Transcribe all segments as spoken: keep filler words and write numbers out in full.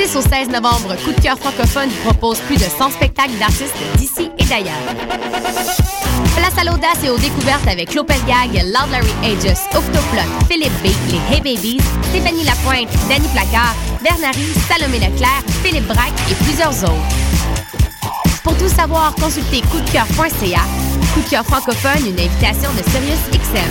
six au seize novembre, Coup de cœur francophone vous propose plus de cent spectacles d'artistes d'ici et d'ailleurs. Place à l'audace et aux découvertes avec Lopez Gag, Loud Larry Aegis, Octoplot, Philippe B, les Hey Babies, Stéphanie Lapointe, Danny Placard, Bernary, Salomé Leclerc, Philippe Braque et plusieurs autres. Pour tout savoir, consultez coup de cœur point c a. Coup de cœur francophone, une invitation de Sirius X M.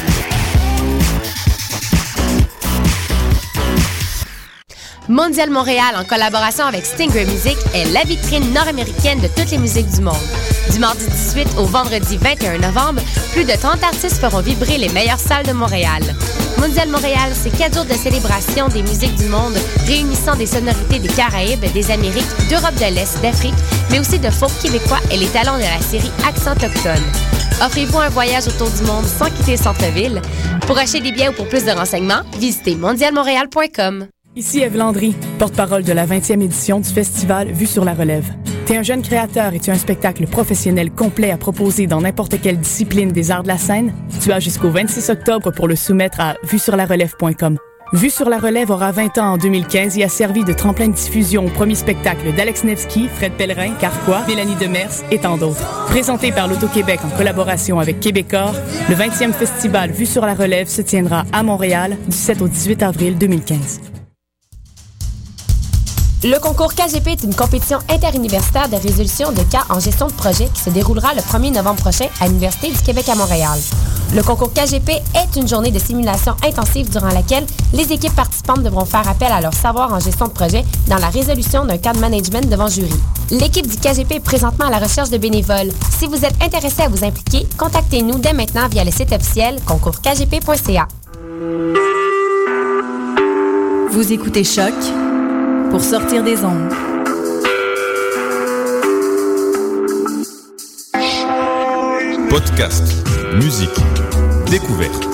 Mondial Montréal, en collaboration avec Stingray Music, est la vitrine nord-américaine de toutes les musiques du monde. Du mardi dix-huit au vendredi vingt et un novembre, plus de trente artistes feront vibrer les meilleures salles de Montréal. Mondial Montréal, c'est quatre jours de célébration des musiques du monde, réunissant des sonorités des Caraïbes, des Amériques, d'Europe de l'Est, d'Afrique, mais aussi de folk québécois et les talents de la série Accent autochtone. Offrez-vous un voyage autour du monde sans quitter le centre-ville. Pour acheter des billets ou pour plus de renseignements, visitez mondial montréal point com. Ici Ève Landry, porte-parole de la vingtième édition du festival Vue sur la relève. T'es un jeune créateur et tu as un spectacle professionnel complet à proposer dans n'importe quelle discipline des arts de la scène? Tu as jusqu'au vingt-six octobre pour le soumettre à vue sur la relève point com. Vue sur la relève aura vingt ans en deux mille quinze et a servi de tremplin de diffusion au premier spectacle d'Alex Nevsky, Fred Pellerin, Carquois, Mélanie Demers et tant d'autres. Présenté par l'Auto-Québec en collaboration avec Québecor, le vingtième festival Vue sur la relève se tiendra à Montréal du sept au dix-huit avril deux mille quinze. Le concours K G P est une compétition interuniversitaire de résolution de cas en gestion de projet qui se déroulera le premier novembre prochain à l'Université du Québec à Montréal. Le concours K G P est une journée de simulation intensive durant laquelle les équipes participantes devront faire appel à leur savoir en gestion de projet dans la résolution d'un cas de management devant jury. L'équipe du K G P est présentement à la recherche de bénévoles. Si vous êtes intéressé à vous impliquer, contactez-nous dès maintenant via le site officiel concours k g p point c a. Vous écoutez Choc pour sortir des ondes. Podcast, musique, découverte.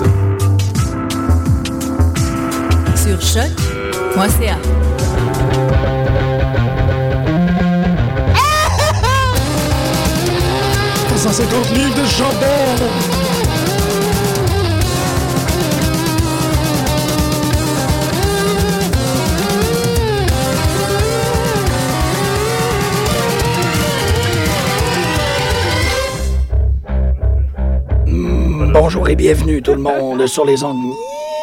Sur choc point c a. cent cinquante livres de chandelle. Bonjour et bienvenue tout le monde sur les ondes.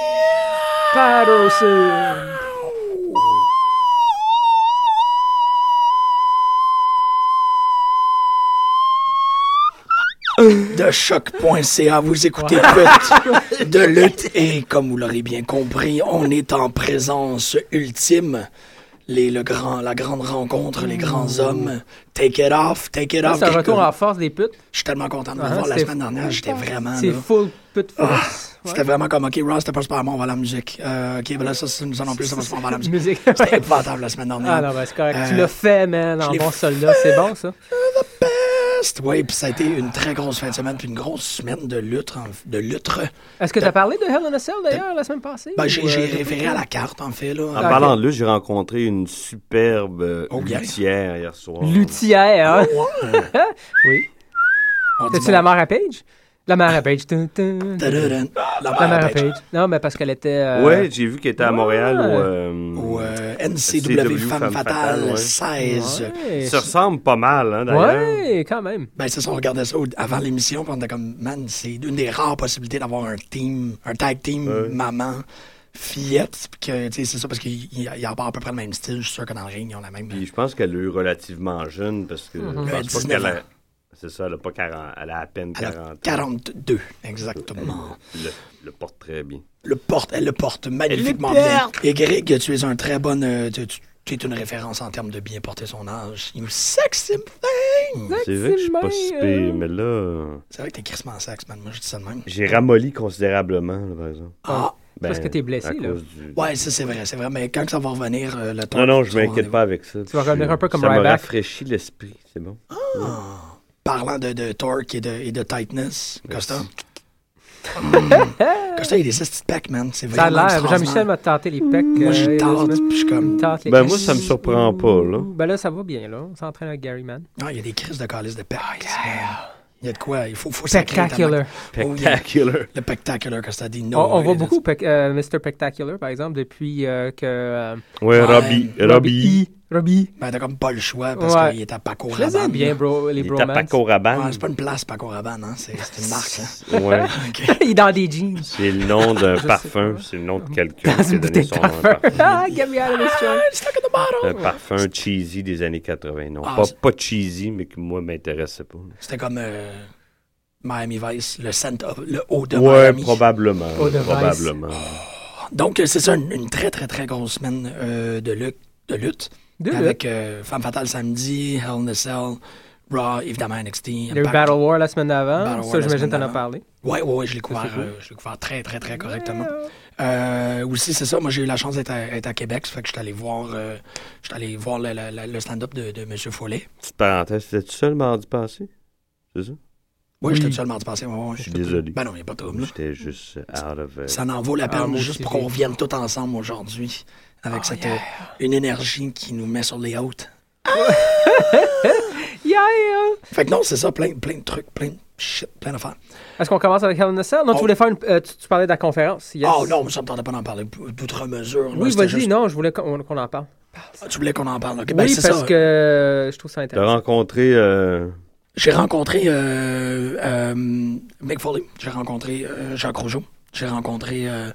De choc point c a, vous écoutez Pute de lutte et comme vous l'aurez bien compris, on est en présence ultime. Les, le grand, la grande rencontre, les grands hommes. Take it off, take it off. C'est un retour en force des putes. Je suis tellement content de vous Ah, voir. La c'est semaine dernière, j'étais vraiment... C'est là, full pute force. ah, Ouais. C'était vraiment comme, OK, Ross, c'était pas super bon, on va à la musique. Euh, OK, ben là, ça, ça, ça non plus, ça va se faire, on va à la musique. Musique. C'était épouvantable la semaine dernière. Ah non, ben c'est correct. Euh, tu l'as fait, man, en l'ai bon f- soldat. C'est bon, ça? The best! Oui, puis ça a été une très grosse fin de semaine, puis une grosse semaine de lutte. en- De lutte. Est-ce que tu as parlé de Hell in a Cell, d'ailleurs, la semaine passée? Ben, j'ai Ou, j'ai euh, référé à la carte, en fait. Là. En Ah, parlant ok. de lutte, j'ai rencontré une superbe euh, Oh, yeah. luthière hier soir. Luthière, hein? Ouais. Oui. On dit C'est-tu bon. la mère à Page? La mère à Page. Tun, tun, tun. Tadadun. La La mère à mère Page. Non, mais parce qu'elle était... euh, Ouais, j'ai vu qu'elle était à Montréal Ouais. au... euh, Au euh, N C W Femme Femme Fatale Fatale, ouais. seize. Ouais, Ça ressemble pas mal, hein, d'ailleurs. ouais, quand même. Ben, c'est ça, on regardait ça au- avant l'émission, puis on était comme, man, c'est une des rares possibilités d'avoir un team, un tag team Ouais. maman, fillette, puis que, tu sais, c'est ça, parce qu'il y a, il y a pas à peu près le même style, je suis sûr que dans le ring, ils ont la même. Puis je pense qu'elle a eu relativement jeune, parce que... Mhm. je Elle a pense pas dix-neuf qu'elle a... ans. C'est ça, elle a pas quarante... Elle a à peine Elle a quarante ans. quarante-deux, exactement. Le, le porte très bien. Le porte, elle le porte magnifiquement le bien. porte. Et Greg, tu es un très bon, euh, tu, tu- tu es une référence en termes de bien porter son âge. You sexy thing! C'est vrai que je suis pas Maxime, si euh, pire, mais là... C'est vrai que t'es crissement sexe, man. Moi, je dis ça de même. J'ai ramolli considérablement, là, par exemple. Ah, Ben, Parce que t'es blessé, à là. cause du... ouais, ça, c'est vrai, c'est vrai. Mais quand ça va revenir, euh, le temps. Non, non, je tu vas m'inquiète revenir. pas avec ça. Tu vas revenir un peu comme Ça me Ryback. rafraîchit l'esprit, c'est bon. Parlant de, de torque et de, et de tightness, Merci. Costa. Costa, il a des petites pecs, man. C'est Ça a vraiment l'air. Jean-Michel m'a tenté les pecs. Moi, je euh, il y a tente, deux semaines. puis je suis comme- Il tente les Ben, cuisses. moi, ça me surprend pas, là. Ben là, ça va bien, là. On s'entraîne avec Gary Mann. Ah, il y a des crises de calice de pecs. man. Il y a de quoi, il faut, faut sacrer Spectacular. tellement. Oh, yeah. Spectacular. Le spectacular, Costa dit On, no. on voit euh, beaucoup Pec- euh, mister Spectacular, par exemple, depuis euh, que... euh, Ouais, Ouais. Robbie. Robbie Robbie. E. Robbie. Ben, t'as comme pas le choix parce Ouais. qu'il est à Paco Je les aime Rabanne. bien, bro, les Il est à bromans. Paco Rabanne. Ouais, c'est pas une place, Paco Rabanne, hein? c'est, c'est une marque. Hein? Ouais. Il est dans des jeans. C'est le nom d'un Je sais parfum. pas. C'est le nom de quelqu'un Dans qui a une donné bouteille de son nom à un parfum. parfum. Ah, get me out of this joint. Stuck in the bottle. Un parfum cheesy des années quatre-vingts. Non, Ah, pas, c'est- pas cheesy, mais qui, moi, m'intéressait pas. C'était comme euh, Miami Vice, le scent of, le haut de Ouais, Miami. probablement. Oh, de Vice. probablement. Donc, euh, c'est ça, une, une très, très, très grosse semaine euh, de, lutte, de lutte. De avec euh, Femme Fatale samedi, Hell in a Cell, Raw, évidemment N X T. Il y a eu Impact. Battle War la semaine d'avant. Battle War Ça, la j'imagine semaine que t'en as d'avant. parlé. Ouais, ouais, ouais, je l'ai couvert, c'est cool. euh, je l'ai couvert très, très, très correctement. Euh, aussi, c'est ça, moi j'ai eu la chance d'être à, être à Québec, ça fait que je suis allé voir, euh, je suis allé voir le, le- le- le stand-up de, de M. Follet. Petite parenthèse, c'était-tu seul mardi passé? C'est ça? Oui, Oui. j'étais seul mardi passé. Ouais, ouais. Je suis désolé. Ben non, il n'y a pas de trouble. là. J'étais juste out of... euh, Ça en vaut la peine Ah, moi juste aussi, pour j'ai- qu'on revienne tous ensemble aujourd'hui avec Oh, cette yeah. euh, une énergie qui nous met sur les hautes. Yeah, yeah. Fait que non, c'est ça, plein, plein de trucs, plein de shit, plein d'affaires. Est-ce qu'on commence avec Hell in a Cell? Non, tu Oh. voulais faire une... euh, tu, tu parlais de la conférence. Yes. Oh non, mais ça me tentait pas d'en parler p- d'outre mesure. là, Oui, c'était vas-y. juste- Non, je voulais qu'on qu'on en parle. Ah, tu voulais qu'on en parle. ok, ben, Oui, c'est parce ça. que euh, je trouve ça T'as intéressant. rencontré... euh, J'ai rencontré euh, euh, Mick Foley, j'ai rencontré euh, Jacques Rougeau, j'ai rencontré euh,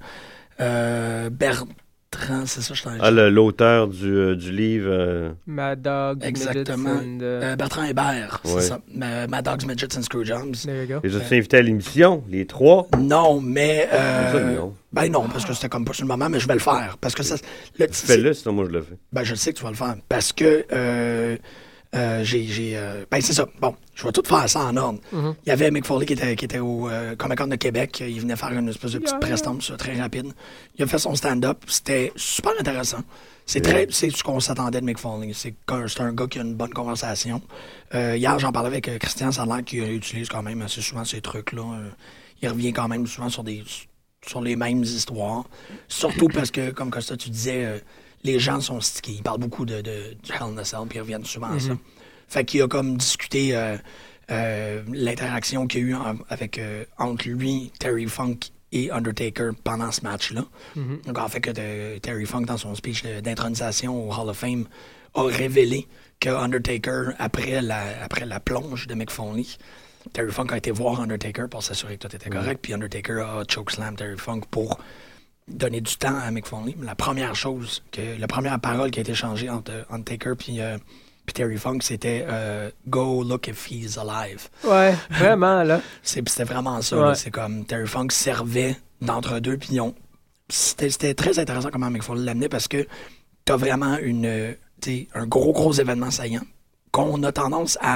euh, Bertrand, c'est ça, je t'en Ah, le- l'auteur du, euh, du livre... euh, Mad Dog, Exactement. Midgets and, uh, Euh, Bertrand Hébert, c'est Ouais. ça. Ma- Mad Dogs, Midgets and Screwjobs. there you go. Les autres invités à l'émission, les trois. Non, mais... euh, Ça, non. ben non, parce que c'était comme pas sur le moment, mais je vais le faire. Parce que ça... Le, c'est- Fais-le, sinon moi je le fais. Ben, je sais que tu vas le faire. Parce que euh, euh, j'ai. j'ai euh, ben, c'est ça. Bon, je vais tout faire ça en ordre. Mhm. Il y avait Mick Foley qui était, qui était au euh, Comic-Con de Québec. Il venait faire une espèce de petite Yeah. prestance très rapide. Il a fait son stand-up. C'était super intéressant. C'est Yeah. très, c'est ce qu'on s'attendait de Mick Foley. C'est qu'un- c'est un gars qui a une bonne conversation. Euh, hier, j'en parlais avec euh, Christian Sandler qui euh, utilise quand même assez souvent ces trucs-là. Euh, il revient quand même souvent sur des sur les mêmes histoires. Surtout parce que, comme Costa, tu disais, euh, les gens sont stickés. Ils parlent beaucoup de, de, du Hell in a Cell, puis ils reviennent souvent à ça. Fait qu'il a comme discuté euh, euh, l'interaction qu'il y a eu en- avec, euh, entre lui, Terry Funk et Undertaker pendant ce match-là. Donc, en fait, que de- Terry Funk, dans son speech de- d'intronisation au Hall of Fame, a révélé que Undertaker, après la, après la plonge de Mick Foley, Terry Funk a été voir Undertaker pour s'assurer que tout était correct, puis Undertaker a chokeslam Terry Funk pour donner du temps à Mick Foley. Mais la première chose, que la première parole qui a été échangée entre Undertaker puis euh, puis Terry Funk, c'était euh, Go look if he's alive. Ouais, vraiment, là. C'est- C'était vraiment ça. Ouais. là. C'est comme Terry Funk servait d'entre-deux, puis on- c'était c'était très intéressant comment Mick Foley l'amenait parce que t'as vraiment une, euh, t'sais, un gros, gros événement saillant qu'on a tendance à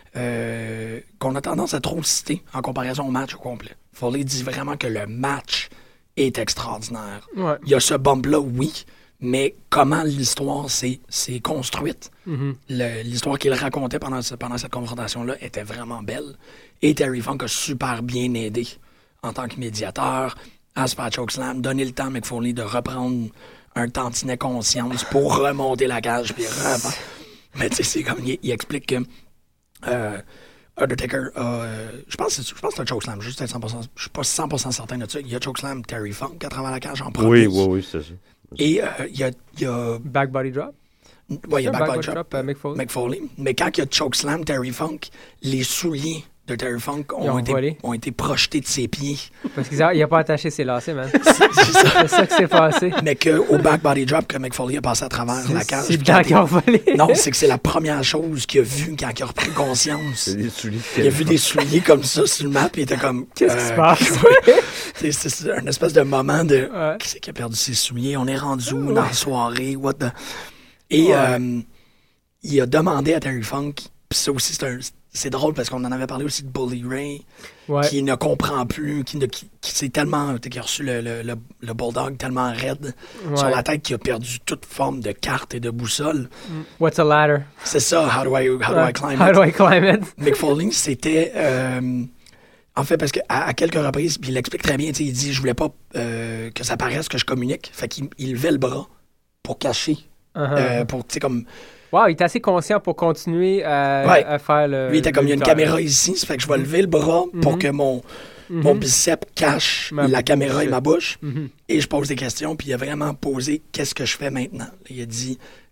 euh, qu'on a tendance à trop citer en comparaison au match au complet. Foley dit vraiment que le match est extraordinaire. Ouais. Il y a ce bump-là, oui, mais comment l'histoire s'est s'est construite, Mhm. le- l'histoire qu'il racontait pendant, ce- pendant cette confrontation-là était vraiment belle. Et Terry Funk a super bien aidé en tant que médiateur à se faire chokeslam, donner le temps à Mick Foley de reprendre un tantinet conscience pour remonter la cage. Puis re- Mais tu sais, c'est comme, il, il explique que euh, Undertaker a, euh, je pense, que c'est- je pense que c'est un chokeslam, juste être cent pour cent, je suis pas cent pour cent certain de ça. Il y a chokeslam Terry Funk à travers la cage en premier. Oui, oui, oui, c'est ça. Et euh, il y a, il y a Back body drop. Ouais, il y a Back Back body Body drop, Drop, euh, Mick Foley. Mick Foley. Mais quand il y a chokeslam Terry Funk, les souliers de Terry Funk Ils ont, ont été, volé. ont été projetés de ses pieds. Parce qu'il a, il a pas attaché ses lacets, man. C'est ça. C'est ça qui s'est passé. Mais qu'au Back Body Drop, que Mick Foley a passé à travers la cage. C'est puis dedans quand qu'ils ont volé. il- Non, c'est que c'est la première chose qu'il a vue quand il a repris conscience. C'est des souliers. Il a vu des souliers comme ça sur le map, et il était comme... Qu'est-ce qui euh, se passe? C'est c'est- c'est un espèce de moment de... Ouais. Qui c'est qui a perdu ses souliers? On est rendu où dans la soirée? What the... Et Ouais. euh, il a demandé à Terry Funk, puis ça aussi, c'est un... C'est drôle parce qu'on en avait parlé aussi de Bully Ray, Ouais. qui ne comprend plus, qui, ne, qui, qui s'est tellement... tu sais, qui a reçu le, le, le, le Bulldog tellement raide Ouais. sur la tête qu'il a perdu toute forme de carte et de boussole. What's a ladder? C'est ça, how do I, how do I Ouais. climb How it? do I climb it? Mick Foley, c'était... euh, en fait, parce qu'à à quelques reprises, puis il l'explique très bien, tu sais, il dit « Je voulais pas euh, que ça paraisse que je communique. » Fait qu'il il levait le bras pour cacher. Uh-huh. euh, pour, tu sais, comme... Wow, il est assez conscient pour continuer à, Ouais. à faire le. Lui, il était comme, il y a une le- caméra ici, ça fait que je vais lever le bras pour Mhm. que mon, Mhm. mon bicep cache Ma la caméra et bouche. ma bouche. Mhm. Et je pose des questions, puis il a vraiment posé « Qu'est-ce que je fais maintenant? » Il a dit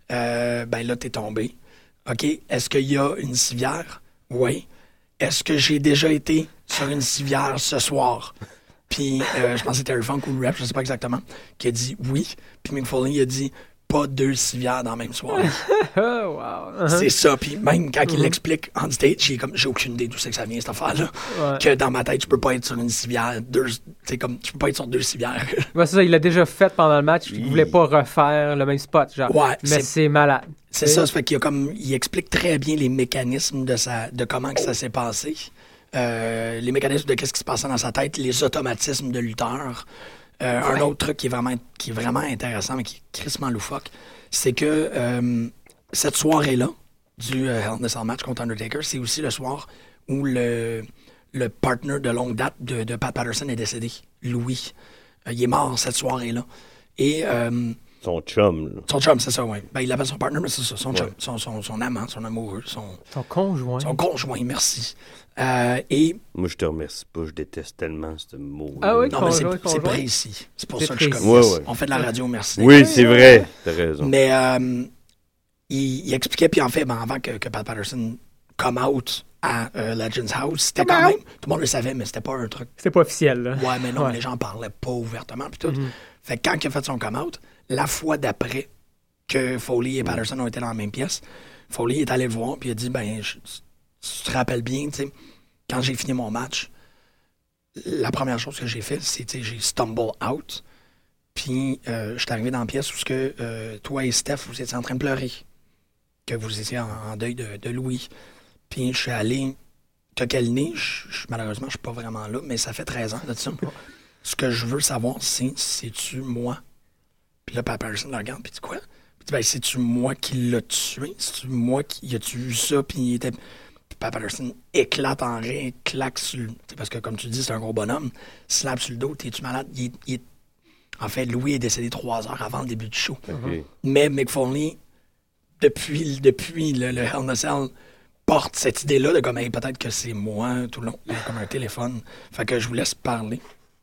Euh, ben là, t'es tombé. OK, est-ce qu'il y a une civière? Oui. Est-ce que j'ai déjà été sur une civière ce soir? Puis, euh, je pense que c'était Terry Funk ou le rap, je sais pas exactement, qui a dit oui. Puis Mick Foley, il a dit pas deux civières dans le même soir. Oh, wow. Uh-huh. C'est ça. Puis même quand Uh-huh. il l'explique en stage, j'ai comme j'ai aucune idée d'où c'est que ça vient, cette affaire-là. Ouais. Que dans ma tête, tu peux pas être sur une civière. Deux, t'sais, comme, tu peux pas être sur deux civières. Ouais, c'est ça, il l'a déjà fait pendant le match. Il voulait pas refaire le même spot, genre. Ouais, mais c'est- c'est malade. C'est ça, ça fait qu'il y a comme il explique très bien les mécanismes de sa de comment que ça s'est passé. Euh, les mécanismes de qu'est-ce qui se passait dans sa tête, les automatismes de lutteur. Euh, un autre truc qui est vraiment qui est vraiment intéressant mais qui est crissement loufoque, c'est que euh, cette soirée-là du euh, Hell in a Cell match contre Undertaker, c'est aussi le soir où le le partner de longue date de, de Pat Patterson est décédé, Louis. Euh, il est mort cette soirée-là. Et euh, Son chum, là. son chum, c'est ça, oui. Ben, il appelle son partner, mais c'est ça, son Ouais. chum, son, son, son amant, son amoureux, son, Son conjoint. son conjoint, merci. Euh, et, Moi, je te remercie pas. Je déteste tellement ce mot. Ah oui, non, mais c'est, Conjoint, c'est conjoint. précis. C'est pour C'est ça que je précis. connais. Ouais, ouais. On fait de la radio, merci. Oui, c'est vrai. T'as raison. Mais euh, il, il expliquait, puis en fait, ben, avant que, que Pat Patterson come out à euh, Legends House, c'était Come quand out. même, tout le monde le savait, mais c'était pas un truc. C'était pas officiel, là. Ouais, mais non, Ouais. les gens parlaient pas ouvertement, puis tout. Mhm. Fait que quand il a fait son come out, la fois d'après que Foley et Patterson ont été dans la même pièce, Foley est allé le voir, puis il a dit, ben, je- tu te rappelles bien, tu sais, quand j'ai fini mon match, la première chose que j'ai fait, c'est, tu sais, j'ai stumble out, puis euh, je suis arrivé dans la pièce où ce que, euh, toi et Steph, vous étiez en train de pleurer, que vous étiez en, en deuil de, de Louis. Puis je suis allé, t'as quel nez? Je- je- malheureusement, je suis pas vraiment là, mais ça fait treize ans de ça. Ce que je veux savoir, c'est, c'est-tu moi? Puis là, Pat Patterson le regarde, puis il dit quoi? Puis il dit, ben, c'est-tu moi qui l'a tué? C'est-tu moi qui... Y a-tu vu ça? Puis il était... Puis Pat Patterson éclate en rire, claque sur le... t'sais, parce que, comme tu dis, c'est un gros bonhomme. Slap sur le dos, t'es-tu malade? Il est- il est- En fait, Louis est décédé trois heures avant le début du show. Ok. Mais Mick Foley, depuis, depuis le, le Hell in a Cell, porte cette idée-là de comme, hey, peut-être que c'est moi tout le long, il a comme un téléphone. Fait que je vous laisse parler.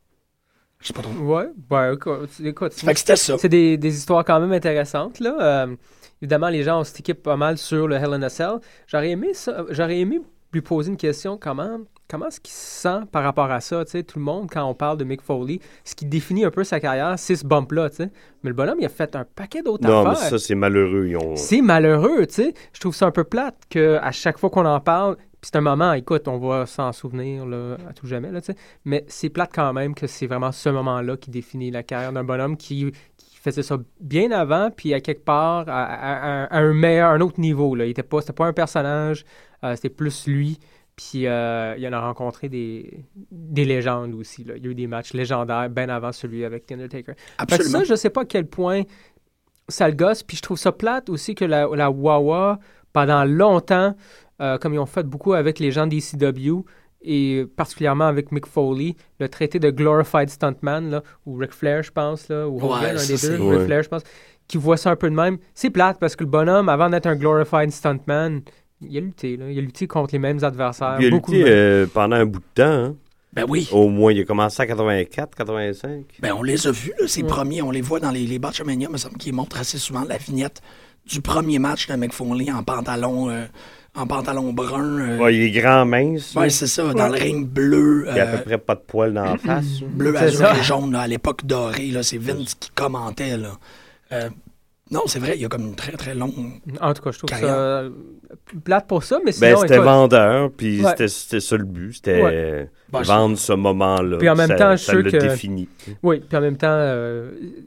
Je sais pas trop. Ouais, ouais, écoute, écoute, Fait que c'était ça. c'est des, des histoires quand même intéressantes, là. Euh, évidemment, les gens ont cette équipe pas mal sur le Hell in a Cell. J'aurais aimé ça, j'aurais aimé lui poser une question, comment, comment est-ce qu'il se sent par rapport à ça, tu sais, tout le monde, quand on parle de Mick Foley, ce qui définit un peu sa carrière, c'est ce bump-là, tu sais. Mais le bonhomme, il a fait un paquet d'autres Non, mais affaires. ça, c'est malheureux. Ils ont... C'est malheureux, tu sais. Je trouve ça un peu plate qu'à chaque fois qu'on en parle, puis c'est un moment, écoute, on va s'en souvenir là, à tout jamais, là, tu sais. Mais c'est plate quand même que c'est vraiment ce moment-là qui définit la carrière d'un bonhomme qui, qui faisait ça bien avant, puis à quelque part, à, à- à- à un meilleur, un autre niveau, là. Il était pas, c'était pas un personnage, euh, c'était plus lui. Puis euh, il en a rencontré des, des légendes aussi, là. Il y a eu des matchs légendaires bien avant celui avec The Undertaker. Fait que Absolument. ça, je sais pas à quel point ça le gosse. Puis je trouve ça plate aussi que la, la Wawa, pendant longtemps, euh, comme ils ont fait beaucoup avec les gens d'E C W, et particulièrement avec Mick Foley, le traité de Glorified Stuntman, là, ou Ric Flair, je pense, là, ou Hogan, Ouais, un ça, des c'est- deux, Ouais. Ric Flair, je pense, qui voit ça un peu de même. C'est plate parce que le bonhomme, avant d'être un Glorified Stuntman, il a lutté, là. Il a lutté contre les mêmes adversaires. Puis il a beaucoup lutté de- euh, pendant un bout de temps. Hein. Ben oui. Au moins, il a commencé en quatre-vingt-quatre, quatre-vingt-cinq. Ben on les a vus, là, ces Ouais. premiers. On les voit dans les, les Botchamania, il me semble qu'ils montrent assez souvent la vignette du premier match de Mick Foley en pantalon, euh, en pantalon brun. euh, Ouais, il est grand, mince. ouais, c'est ça, dans le ring bleu. Il a à euh, peu près pas de poils dans la face. bleu, C'est azur ça. et jaune, là, à l'époque dorée, là, c'est Vince qui commentait. Là. Euh, non, c'est vrai, il y a comme une très très longue. En tout cas, je trouve Carrière. ça euh, plate pour ça, mais Ben, sinon, c'était écoute, vendeur, puis Ouais. c'était, c'était ça le but. C'était Ouais. euh, Ben, vendre ce moment-là. Puis en même ça, temps, je ça suis le sûr que- définit. oui, puis en même temps, euh,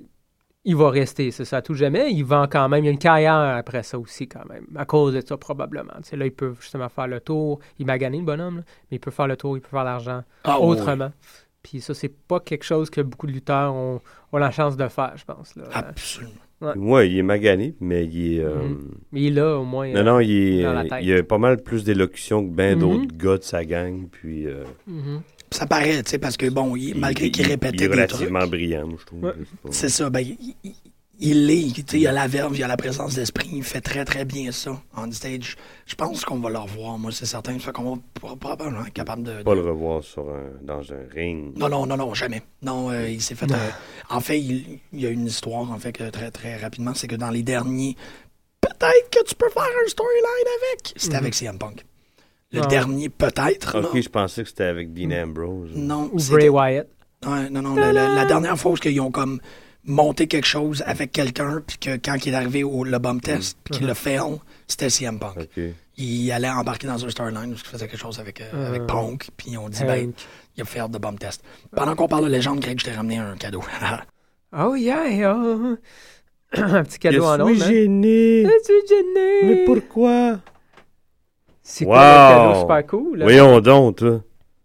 il va rester, c'est ça, à tout jamais. Il vend quand même, il y a une carrière après ça aussi, quand même, à cause de ça, probablement. Tu sais, là, ils peuvent justement faire le tour. Il m'a gagné, le bonhomme, là, mais il peut faire le tour, il peut faire l'argent Ah, oui, autrement. Puis ça, c'est pas quelque chose que beaucoup de lutteurs ont, ont la chance de faire, je pense. Là. oui. Absolument. Ouais, il est magané, mais il est. euh, Mhm. Mais il est là, au moins. Non, euh, non, il, est, dans la tête. il a pas mal plus d'élocution que bien Mhm. d'autres gars de sa gang. Puis, euh, mhm. Ça paraît, tu sais, parce que bon, il- il- malgré qu'il il- répétait il est des trucs. relativement brillant, moi, je trouve. Ouais. C'est pas- C'est ça, ben, il, il- il l'est, tu sais, il a la verve, il a la présence d'esprit, il fait très très bien ça on stage. Je pense qu'on va le revoir, moi, c'est certain. Ça fait qu'on va pro- probablement être capable de. Pas de- le revoir sur un- dans un ring. Non, non, non, non, jamais. Non, euh, il s'est fait. euh, en fait, il, il y a une histoire, en fait, que très très rapidement, c'est que dans les derniers peut-être que tu peux faire un storyline avec. C'était Mm-hmm. avec C M Punk. Le Ah. dernier, peut-être. Ok, là. je pensais que c'était avec Dean Ambrose. Non, Ou c'était- Bray Wyatt. Ouais, non, non. La, la- la dernière fois où ils ont comme monté quelque chose avec quelqu'un, puis que quand il est arrivé au le bump test, puis qu'il l'a fait, c'était C M Punk. Ok. Il allait embarquer dans un storyline où il faisait quelque chose avec, euh, Euh, avec Punk, puis ils ont dit, Hank. ben, il a fait de bump test. Pendant qu'on parle de légende, Greg, je t'ai ramené un cadeau. Oh yeah! oh. Un petit cadeau Je en suis ondes, hein? gêné. Je suis gêné! Mais pourquoi? C'est Wow! quoi le cadeau super cool? Là? Voyons donc, toi.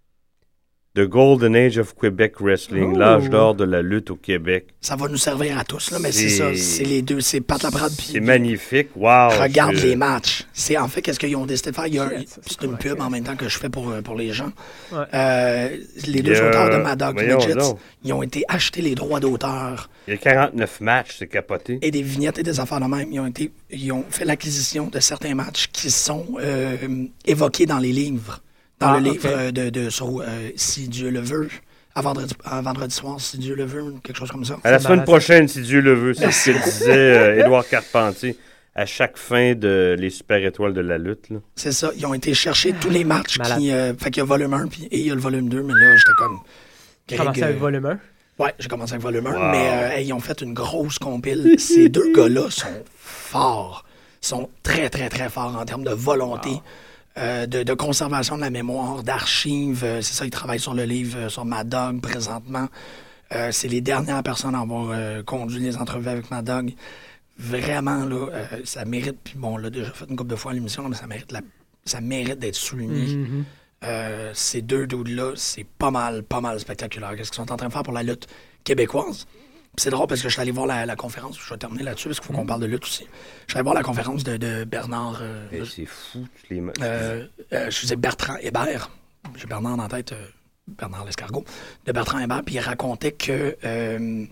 The Golden Age of Quebec Wrestling, Oh. l'âge d'or de la lutte au Québec. Ça va nous servir à tous, là, mais c'est C'est- ça. C'est les deux. C'est Pat Laprade, puis... C'est magnifique. Wow! Regarde je- les matchs. C'est en fait qu'est-ce qu'ils ont décidé de faire. Il y a, Shit, ça, c'est c'est une correct. pub en même temps que je fais pour, euh, pour les gens. Ouais. Euh, les deux Il y a- auteurs de Mad Dog voyons Midgets, donc. ils ont été achetés les droits d'auteur Il y a quarante-neuf matchs, c'est capoté. et des vignettes et des affaires de même. Ils ont été, ils ont fait l'acquisition de certains matchs qui sont euh, évoqués dans les livres, dans Ah, le ok. livre euh, de, de sur, euh, Si Dieu le veut. À vendredi, à vendredi soir, si Dieu le veut, quelque chose comme ça. À la C'est semaine malade. prochaine, si Dieu le veut, c'est ce que disait euh, Édouard Carpentier à chaque fin de Les Super Étoiles de la lutte. Là. C'est ça. Ils ont été chercher tous les matchs Malade. qui. Euh, fait qu'il y a volume un puis, et il y a le volume deux, mais là, j'étais comme. Greg, Commencer avec euh, volume un. Ouais, j'ai commencé avec volume un, Wow. mais euh, hey, ils ont fait une grosse compile. Ces deux gars-là sont forts. Sont très, très, très forts en termes de volonté, euh, de, de conservation de la mémoire, d'archives. Euh, c'est ça, ils travaillent sur le livre, euh, sur Mad Dog présentement. Euh, c'est les dernières personnes à avoir euh, conduit les entrevues avec Mad Dog. Vraiment, là, euh, ça mérite, puis bon, on l'a déjà fait une couple de fois à l'émission, mais ça mérite, la, ça mérite d'être souligné. Mhm. Euh, ces deux dudes-là, c'est pas mal, pas mal spectaculaire. Qu'est-ce qu'ils sont en train de faire pour la lutte québécoise? Puis c'est drôle parce que je suis allé voir la, la conférence, je vais terminer là-dessus parce qu'il faut qu'on parle de lutte aussi. Je suis allé voir la conférence de, de Bernard, euh, Et c'est fou, tous les matchs. euh, euh, je disais Bertrand Hébert, j'ai Bernard en tête, euh, Bernard Lescargot, de Bertrand Hébert, puis il racontait que euh,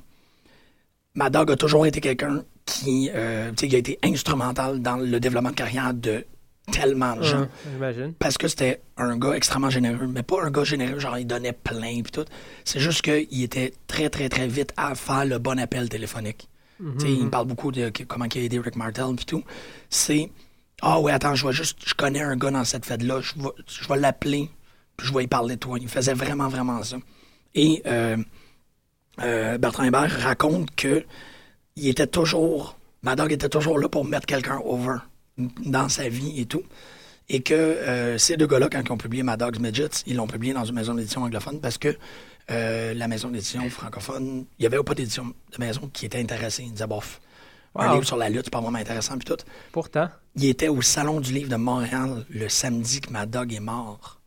Mad Dog a toujours été quelqu'un qui, euh, tu sais, il a été instrumental dans le développement de carrière de tellement de gens. Ouais, J'imagine. Parce que c'était un gars extrêmement généreux, mais pas un gars généreux, genre il donnait plein puis tout. C'est juste qu'il était très, très, très vite à faire le bon appel téléphonique. Tu sais, il parle beaucoup de que- comment il a aidé Rick Martel puis tout. C'est « Ah ouais, attends, je vais juste, je connais un gars dans cette fête-là, je vais, je vais l'appeler, puis je vais lui parler de toi. » Il faisait vraiment, vraiment ça. Et euh, euh, Bertrand Hébert raconte que il était toujours, Mad Dog était toujours là pour mettre quelqu'un over dans sa vie et tout. Et que euh, ces deux gars-là, quand ils ont publié Mad Dog's Midgets, ils l'ont publié dans une maison d'édition anglophone parce que euh, la maison d'édition francophone, il n'y avait pas d'édition de maison qui était intéressée. Ils disaient, bof, un Wow. livre sur la lutte, c'est pas vraiment intéressant, puis tout. Pourtant. Il était au Salon du livre de Montréal le samedi que Mad Dog est mort.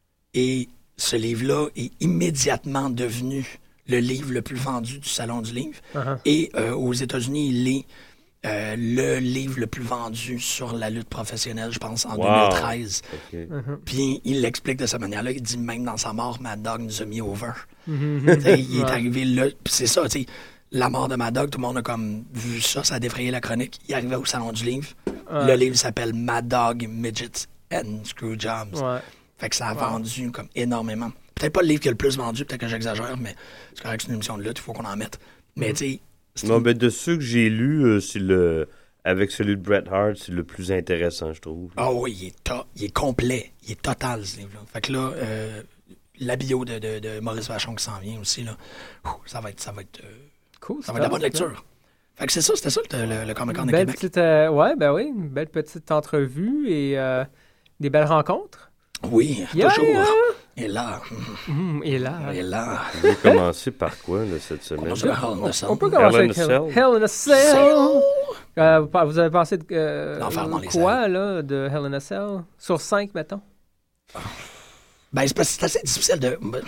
Et ce livre-là est immédiatement devenu le livre le plus vendu du Salon du livre. Uh-huh. Et euh, aux États-Unis, il est euh, le livre le plus vendu sur la lutte professionnelle, je pense, en Wow. deux mille treize. Ok. Puis il l'explique de cette manière-là. Il dit même dans sa mort, Mad Dog nous a mis over. Mhm. Tu sais, il est Ouais. arrivé là. Puis c'est ça, tu sais. La mort de Mad Dog, tout le monde a comme vu ça, ça a défrayé la chronique. Il arrivait au Salon du livre. Ouais. Le livre s'appelle Mad Dog, Midgets and Screwjobs. Ouais. Fait que ça a vendu comme énormément. Peut-être pas le livre qui a le plus vendu, peut-être que j'exagère, mais c'est correct, c'est une émission de lutte, il faut qu'on en mette. Mais tu sais, c'est Non, une- ben de ceux que j'ai lus, euh, c'est le avec celui de Bret Hart, c'est le plus intéressant, je trouve. Ah oui, il est, to- il est complet. Il est total, ce livre-là. Fait que là, euh, la bio de, de, de Maurice Vachon qui s'en vient aussi, là, ouh, ça va être, ça va être, euh, Cool. ça va être de la bonne lecture. Fait que c'est ça, c'était ça le, le, le Comic-Con de Belle Québec. petite, euh, ouais, ben oui, une belle petite entrevue et euh, des belles rencontres. Oui, Yeah, toujours. yeah. Et là, Hum, et là, et là, Vous voulez commencer par quoi, là, cette semaine? on se Hell in a Cell. on peut commencer Hell in avec a Hell, Cell. Hell in a Cell. Euh, vous, par- vous avez pensé de euh, L'enfer dans les quoi, là, de Hell in a Cell? Sur cinq, mettons? Ben, c'est parce que c'est assez difficile de. ben,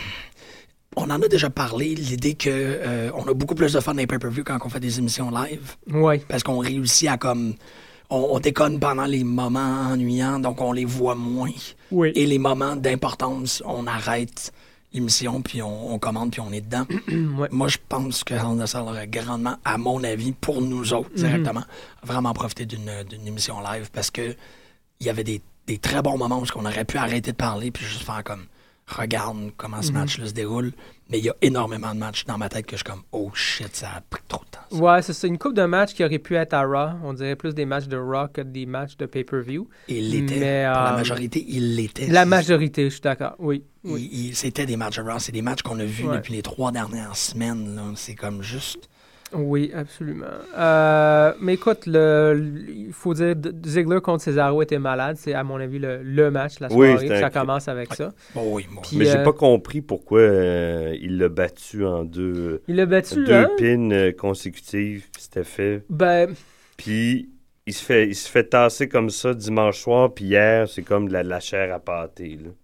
On en a déjà parlé, l'idée que euh, on a beaucoup plus de fun dans les pay-per-view quand on fait des émissions live. Oui. Parce qu'on réussit à comme. On, on déconne pendant les moments ennuyants, donc on les voit moins. Oui. Et les moments d'importance, on arrête l'émission, puis on, on commande, puis on est dedans. Ouais. Moi, je pense que Hell in a Cell aurait grandement, à mon avis, pour nous autres, directement, vraiment profité d'une d'une émission live parce que il y avait des, des très bons moments où on aurait pu arrêter de parler puis juste faire comme regarde comment ce Mm-hmm. match-là se déroule. Mais il y a énormément de matchs dans ma tête que je suis comme « Oh shit, ça a pris trop de temps. » Ouais, c'est ça. Une coupe de matchs qui aurait pu être à Raw. On dirait plus des matchs de Raw que des matchs de pay-per-view. Il l'était. Mais, Pour la euh, majorité, il l'était. La majorité, je suis d'accord. Oui. oui. Il- il- c'était des matchs de Raw. C'est des matchs qu'on a vus Ouais. depuis les trois dernières semaines. Là. C'est comme juste... Oui, absolument. Euh, mais écoute, le, le- il faut dire D- Ziggler contre Cesaro était malade. C'est, à mon avis, le, le match, la Oui, soirée. c'était ça un- commence avec ça. Bon, oui, bon. Puis, Mais j'ai euh, pas compris pourquoi euh, il l'a battu en deux, Il l'a battu, deux hein? pins euh, consécutives. Puis c'était fait. Ben, Puis il se fait, il se fait tasser comme ça dimanche soir. Puis hier, c'est comme de la, de la chair à pâter. Là.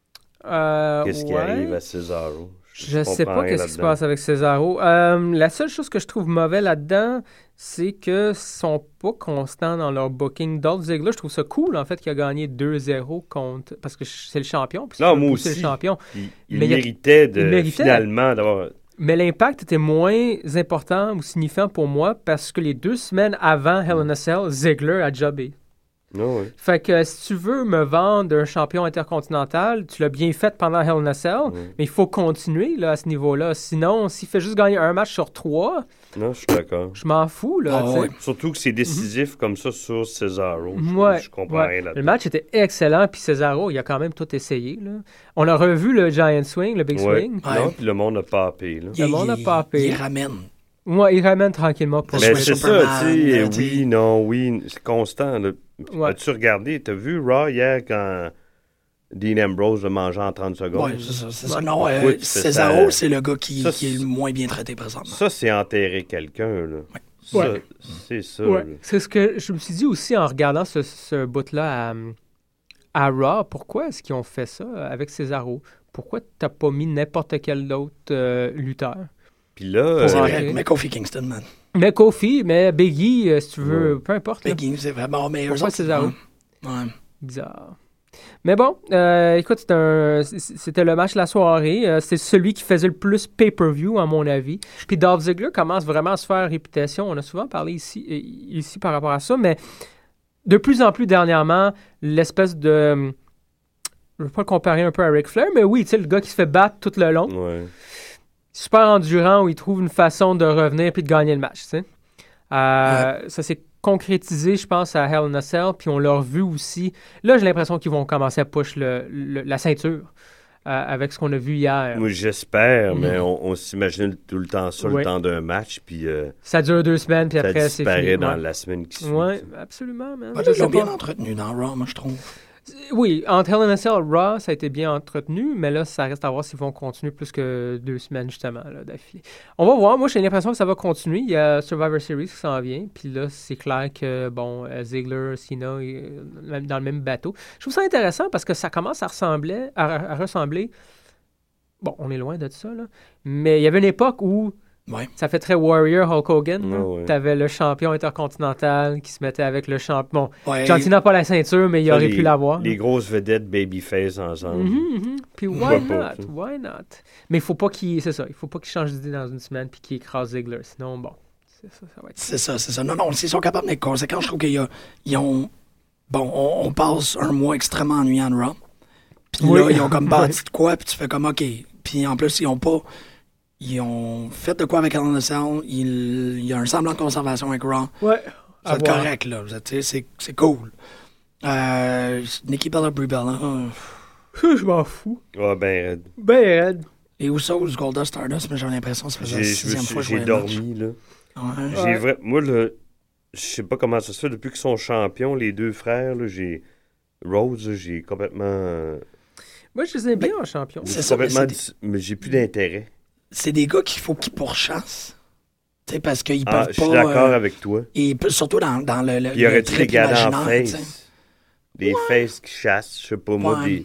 euh, Qu'est-ce qui ouais. arrive à Cesaro? Je sais comprends pas rien qu'est-ce qui se là-dedans. passe avec Cesaro. Euh, la seule chose que je trouve mauvais là-dedans, c'est que sont pas constants dans leur booking. Dolph Ziggler, je trouve ça cool, en fait, qu'il a gagné deux zéro contre... Parce que c'est le champion. Puis Non, c'est moi le aussi. champion. Il, il Mais il y a- méritait, de, il méritait. finalement d'avoir... Mais l'impact était moins important ou signifiant pour moi parce que les deux semaines avant Hell in a Cell, Ziggler a jobé. Non, oui. Fait que si tu veux me vendre un champion intercontinental, tu l'as bien fait pendant Hell in a Cell, Oui. mais il faut continuer là, à ce niveau-là. Sinon, s'il fait juste gagner un match sur trois, Non, je suis d'accord. je m'en fous. Là, Ah, tu sais. ouais. Surtout que c'est décisif comme ça sur Cesaro. Je- Ouais, je comprends ouais. rien Le là-dedans. match était excellent, puis Cesaro, il a quand même tout essayé. Là. On a revu le Giant Swing, le Big Ouais. Swing. Ouais. Non, puis le monde a papé. Là. Le monde a il- papé. Il ramène. Moi, il ramène tranquillement pour Mais Mais sur c'est Superman, ça, tu sais, euh, oui, t'sais. non, oui, c'est constant. Là. Ouais. As-tu regardé, t'as vu Raw hier quand Dean Ambrose l'a mangé en trente secondes? Oui, c'est ça. C'est ça. Non, euh, Oui, c'est Cesaro, ça. c'est le gars qui, Ça, qui est c'est- le moins bien traité présentement. Ça, c'est enterrer quelqu'un, là. Ça, Ouais. c'est ça. Ouais. là. C'est ce que je me suis dit aussi en regardant ce, ce bout-là à, à Raw. Pourquoi est-ce qu'ils ont fait ça avec Cesaro? Pourquoi t'as pas mis n'importe quel autre euh, lutteur? Puis là, C'est euh, Ouais. vrai, mais Kofi Kingston, man. Mais Kofi, mais Biggie, euh, si tu veux, Ouais. peu importe. là. Biggie, c'est vraiment mais eux Pourquoi autres, Cesaro? ouais. Ouais. Bizarre. Mais bon, euh, écoute, c'était, un- c'était le match de la soirée. Euh, c'est celui qui faisait le plus pay-per-view, à mon avis. Puis Dolph Ziggler commence vraiment à se faire réputation. On a souvent parlé ici, euh, ici par rapport à ça, mais de plus en plus dernièrement, l'espèce de... Je ne veux pas le comparer un peu à Ric Flair, mais oui, tu sais, le gars qui se fait battre tout le long. ouais. Super endurant, où il trouve une façon de revenir puis de gagner le match, tu sais. Euh, Ça s'est concrétisé, je pense, à Hell in a Cell, puis on l'a revu aussi. Là, j'ai l'impression qu'ils vont commencer à push le, le- la ceinture euh, avec ce qu'on a vu hier. Moi, j'espère, Mhm. mais on, on s'imagine tout le temps ça, Ouais. le temps d'un match, puis euh, Ça dure deux semaines, puis ça après, c'est disparaît fini. dans Ouais. la semaine qui suit. Oui, absolument, man. Ouais, Je ils sais l'ont bien pas. entretenu dans Raw, moi, je trouve. Oui, entre Hell in a Cell et Raw, ça a été bien entretenu, mais là, ça reste à voir s'ils vont continuer plus que deux semaines, justement, là, d'affilée. On va voir. Moi, j'ai l'impression que ça va continuer. Il y a Survivor Series qui s'en vient, puis là, c'est clair que, bon, euh, Ziggler, Cena, euh, même dans le même bateau. Je trouve ça intéressant parce que ça commence à ressembler, à, à ressembler... Bon, on est loin de ça, là, mais il y avait une époque où Ouais. ça fait très Warrior, Hulk Hogan. Ouais, ouais. T'avais le champion intercontinental qui se mettait avec le champion. Bon, Ouais. John Cena n'a pas la ceinture, mais il Ça, aurait les- pu l'avoir. Les grosses vedettes babyface ensemble. Mhm, mhm. Puis why vois not? pas, ça. Why not? Mais il faut pas qu'il... C'est ça. Il faut pas qu'il change d'idée dans une semaine puis qu'il écrase Ziggler. Sinon, bon, c'est ça, ça va être... C'est ça, c'est ça. Non, non, s'ils sont capables d'être conséquents, je trouve qu'ils ils ont... Bon, on, on passe un mois extrêmement ennuyant de Raw. Puis Oui. là, ils ont comme bâti de quoi, puis tu fais comme, OK. Puis en plus, ils ont pas... Ils ont fait de quoi avec Hell in a Cell. Il, il y a un semblant de conservation avec Raw. Ouais. à C'est voir. correct, là. Tu sais, c'est, c'est cool. Euh, Nikki Bella, Brie Bella. euh, Je m'en fous. Ah, ben, raide. Ben raide. Et Usos, Goldust, Stardust, mais j'ai l'impression que ça faisait j'ai, la je me sixième suis- fois que je j'ai voyais le match. dormi, là. Ouais. J'ai vra- Moi, là, je sais pas comment ça se fait. Depuis qu'ils sont champions, les deux frères, là, j'ai... Rose, là, j'ai complètement... euh, Moi, je les aime bien en champion. C'est j'ai ça, mais complètement c'est dis- mais j'ai plus d'intérêt. C'est des gars qu'il faut qu'ils pourchassent. Tu sais, parce qu'ils Ah, peuvent je pas... suis d'accord euh, avec toi. et p- surtout dans, dans le, le, Puis il y le aurait-tu des trip gars en imaginaire, tu sais. face? Des faces qui chassent, je sais pas, moi, Ouais. des...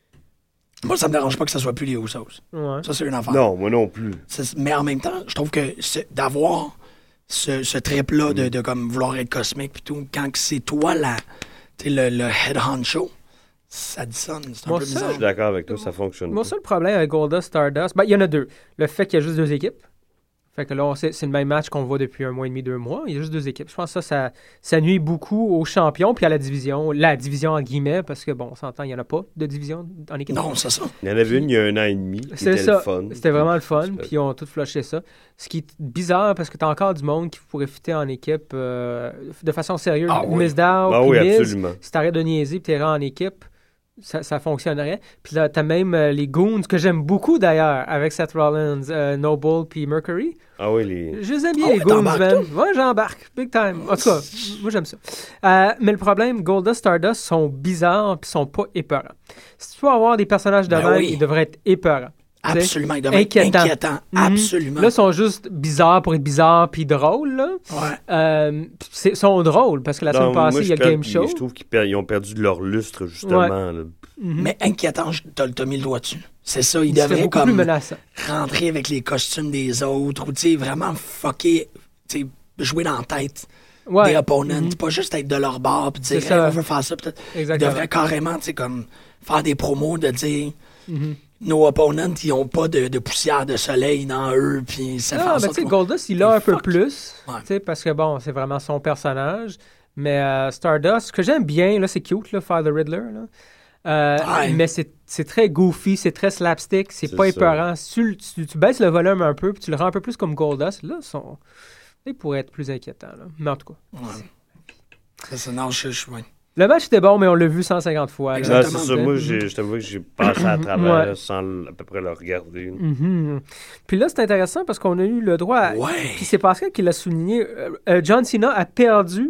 Moi, ça me dérange pas que ça soit plus les Usos. Ouais. Ça, c'est une affaire. Non, moi non plus. C'est- Mais en même temps, je trouve que c'est- d'avoir ce, ce trip-là de, de comme vouloir être cosmique pis tout, quand que c'est toi la, tu sais, le, le head honcho, ça dissonne. C'est un Moi, peu ça, bizarre. Je suis d'accord avec toi, ça fonctionne Mon pas. seul problème avec Goldust Stardust, ben, il y en a deux. Le fait qu'il y a juste deux équipes Fait que là, on sait, c'est le même match qu'on voit depuis un mois et demi, deux mois. Il y a juste deux équipes. Je pense que ça, ça, ça nuit beaucoup aux champions puis à la division. La division en guillemets, parce que, bon, on s'entend, il n'y en a pas de division en équipe. Non, c'est ça. Il y en avait une il y a un an et demi qui C'est était ça. le fun. C'était vraiment le fun, C'est- puis ils ont tout flushé ça. Ce qui est bizarre, parce que t'as encore du monde qui pourrait fitter en équipe euh, de façon sérieuse. Ah oui. Mizdow, Ah puis oui, Miz, absolument. si t'arrêtes de niaiser puis t'es en équipe, ça, ça fonctionnerait. Puis là, t'as même euh, les Goons, que j'aime beaucoup d'ailleurs, avec Seth Rollins, euh, Noble puis Mercury. Ah oui, les... Je les aime bien, Ah les ouais, Goons, t'embarques, man. Ouais, j'embarque. Big time. En tout cas, moi, j'aime ça. Euh, mais le problème, Goldust, Stardust sont bizarres puis sont pas épeurants. Si tu veux avoir des personnages de Ben même, oui. ils devraient être épeurants. T'sais, Absolument, il devrait être inquiétant. inquiétant. Mhm. Absolument. Là, ils sont juste bizarres pour être bizarres puis drôles, là. Ouais. Euh, ils sont drôles parce que la Non, semaine moi, passée, il y a je le trouve game qu'ils- show. Je trouve qu'ils per- ils ont perdu de leur lustre, justement. Ouais. là. Mhm. Mais inquiétant, je- t'as, t'as mis le doigt dessus. C'est ça, il Ils seraient devrait beaucoup plus comme menaçants. rentrer avec les costumes des autres ou, tu sais, vraiment fucker, tu sais, jouer dans la tête Ouais. des opponents. Mhm. Pas juste être de leur bord puis dire, C'est hey, ça. on veut faire ça, peut-être. Il Exactement. devrait carrément, tu sais, comme faire des promos de dire, Mhm. nos opponents, ils ont pas de, de poussière de soleil dans eux, puis ça fait Non, en mais sorte tu sais, qu'on- Goldust, il l'a un peu Fuck. plus. Ouais. Tu sais, parce que bon, c'est vraiment son personnage. Mais euh, Stardust, ce que j'aime bien, là, c'est cute, là, faire The Riddler, là. Euh, Ouais. Mais c'est, c'est très goofy, c'est très slapstick, c'est, C'est pas ça. épeurant. Si tu, tu, tu baisses le volume un peu, puis tu le rends un peu plus comme Goldust, là, son... il pourrait être plus inquiétant. Là. Mais en tout cas. Ouais. Ça, c'est non, je, je, ouais. Le match était bon, mais on l'a vu cent cinquante fois. là. Non, Exactement. c'est ça. Moi, j'ai- je t'avoue que j'ai passé à travers Ouais. sans l- à peu près le regarder. Mhm. Puis là, c'est intéressant parce qu'on a eu le droit. À... Ouais. Puis c'est Pascal qui l'a souligné. euh, euh, John Cena a perdu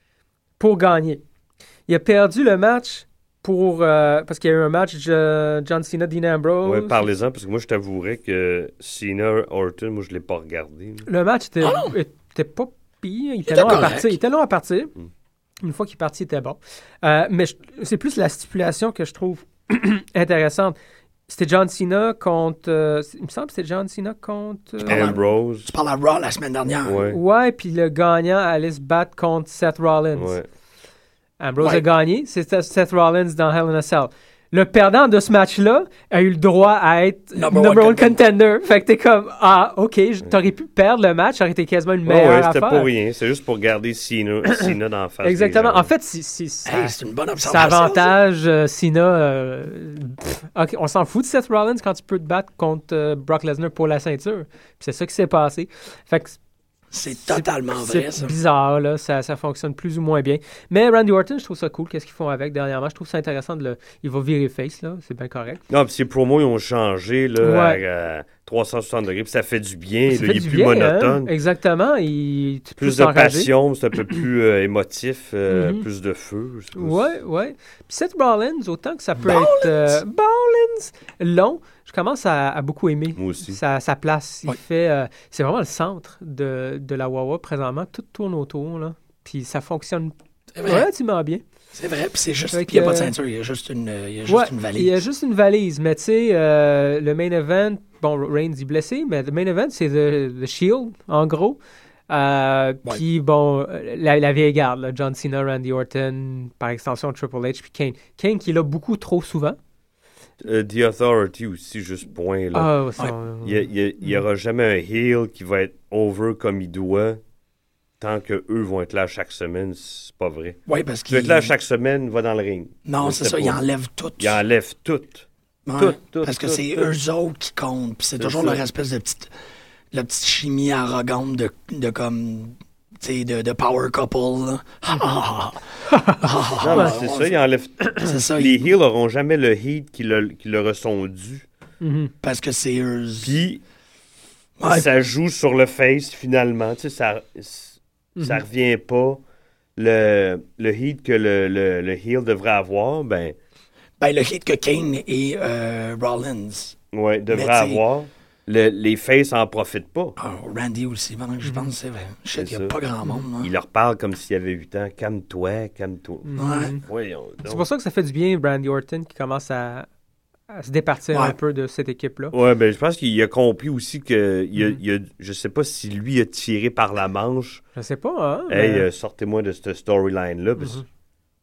pour gagner. Il a perdu le match pour euh, parce qu'il y a eu un match de John Cena, Dean Ambrose. Ouais, parlez-en, parce que moi, je t'avouerais que Cena Orton, moi, je l'ai pas regardé. Le match était, Ah non! était pas pire. Il était, était long à correct. partir. Il était long à partir. Mm. Une fois qu'il est parti, il était bon. Euh, mais je- c'est plus la stipulation que je trouve intéressante. C'était John Cena contre... euh, il me semble que c'était John Cena contre... euh, parles à- Ambrose. Tu parles à Raw la semaine dernière. Ouais. Ouais, puis le gagnant allait se battre contre Seth Rollins. Ouais. Ambrose Ouais. a gagné, c'était Seth Rollins dans Hell in a Cell. Le perdant de ce match-là a eu le droit à être Number number, one one contender. Fait que t'es comme, ah, OK, j- t'aurais pu perdre le match, ça aurait été quasiment une Ouais, meilleure ouais, c'était affaire. pour rien. C'est juste pour garder Cena, Cena dans la face. des Exactement. gens. En fait, c'est, c'est, ça, Hey, c'est une bonne ça observation. avantage euh, Cena. euh, pff, OK, on s'en fout de Seth Rollins quand tu peux te battre contre euh, Brock Lesnar pour la ceinture. Puis c'est ça qui s'est passé. Fait que C'est totalement c'est vrai, ça. bizarre, là. Ça, ça fonctionne plus ou moins bien. Mais Randy Orton, je trouve ça cool. Qu'est-ce qu'ils font avec dernièrement? Je trouve ça intéressant de le... Il va virer face, là. C'est bien correct. Non, puis ses promos, ils ont changé là, Ouais. à, à trois cent soixante degrés, puis ça fait du bien. Ça là, fait il est du plus bien, monotone. hein? Exactement. Il... tu peux Plus de s'enrager. passion, c'est un peu plus euh, émotif, euh, Mhm. plus de feu. je sais pas Ouais, ouais. Puis Seth Rollins, autant que ça peut être... Euh, Rollins! Long, je commence à, à beaucoup aimer Moi aussi. sa, sa place. Il Ouais. fait... euh, c'est vraiment le centre de, de la Wawa présentement. Tout tourne autour, là. Puis ça fonctionne C'est vrai. relativement bien. C'est vrai, puis c'est juste. Fait Il n'y a que, pas de euh, ceinture, il y a juste une, il y a juste Ouais, une il valise. y a juste une valise, mais tu sais, euh, le main event, bon, Reigns est blessé, mais le main event, c'est The, the Shield, en gros. Euh, Ouais. Puis bon, la, la vieille garde, là, John Cena, Randy Orton, par extension Triple H, puis Kane. Kane qui est là beaucoup trop souvent. Euh, The Authority aussi, juste point. Là. Ah, ça, Il n'y aura jamais un heel qui va être over comme il doit tant qu'eux vont être là chaque semaine. C'est pas vrai. Oui, parce Tu qu'il. veux être là chaque semaine, va dans le ring. Non, Mais c'est c'est ça, pas- il enlève tout. Il enlève tout. Ouais, tout, tout, Parce que tout, c'est tout. eux autres qui comptent. Puis c'est C'est toujours ça. leur espèce de petite, la petite chimie arrogante de, de comme. Tu sais, de, de power couple. là. Ah, ah, ah, ah, Non, mais ah, c'est on- ça, il enlève. C'est ça, Les il- heels n'auront jamais le heat qui, le, qui leur sont dû. Mhm. parce que c'est eux. Puis, Ouais. ça joue sur le face finalement. Tu sais, ça, ça Mhm. revient pas. Le, le heat que le, le, le heel devrait avoir, ben, Ben, le hit que Kane et euh, Rollins. ouais, devrait Mais t'sais- avoir. Le- les faces en profitent pas. Ah, Randy aussi, pendant que je pense, c'est vrai. Shit, C'est il n'y a ça. pas grand monde. hein. Il leur parle comme s'il avait huit ans. Calme-toi, calme-toi. Ouais. Voyons C'est donc. pour ça que ça fait du bien, Randy Orton, qui commence à, à se départir Ouais. un peu de cette équipe-là. Ouais, ben, je pense qu'il a compris aussi que, il a, Mhm. il a- je sais pas si lui a tiré par la manche. Je sais pas, hein? Hey, mais- euh, sortez-moi de cette storyline-là. parce- Mhm.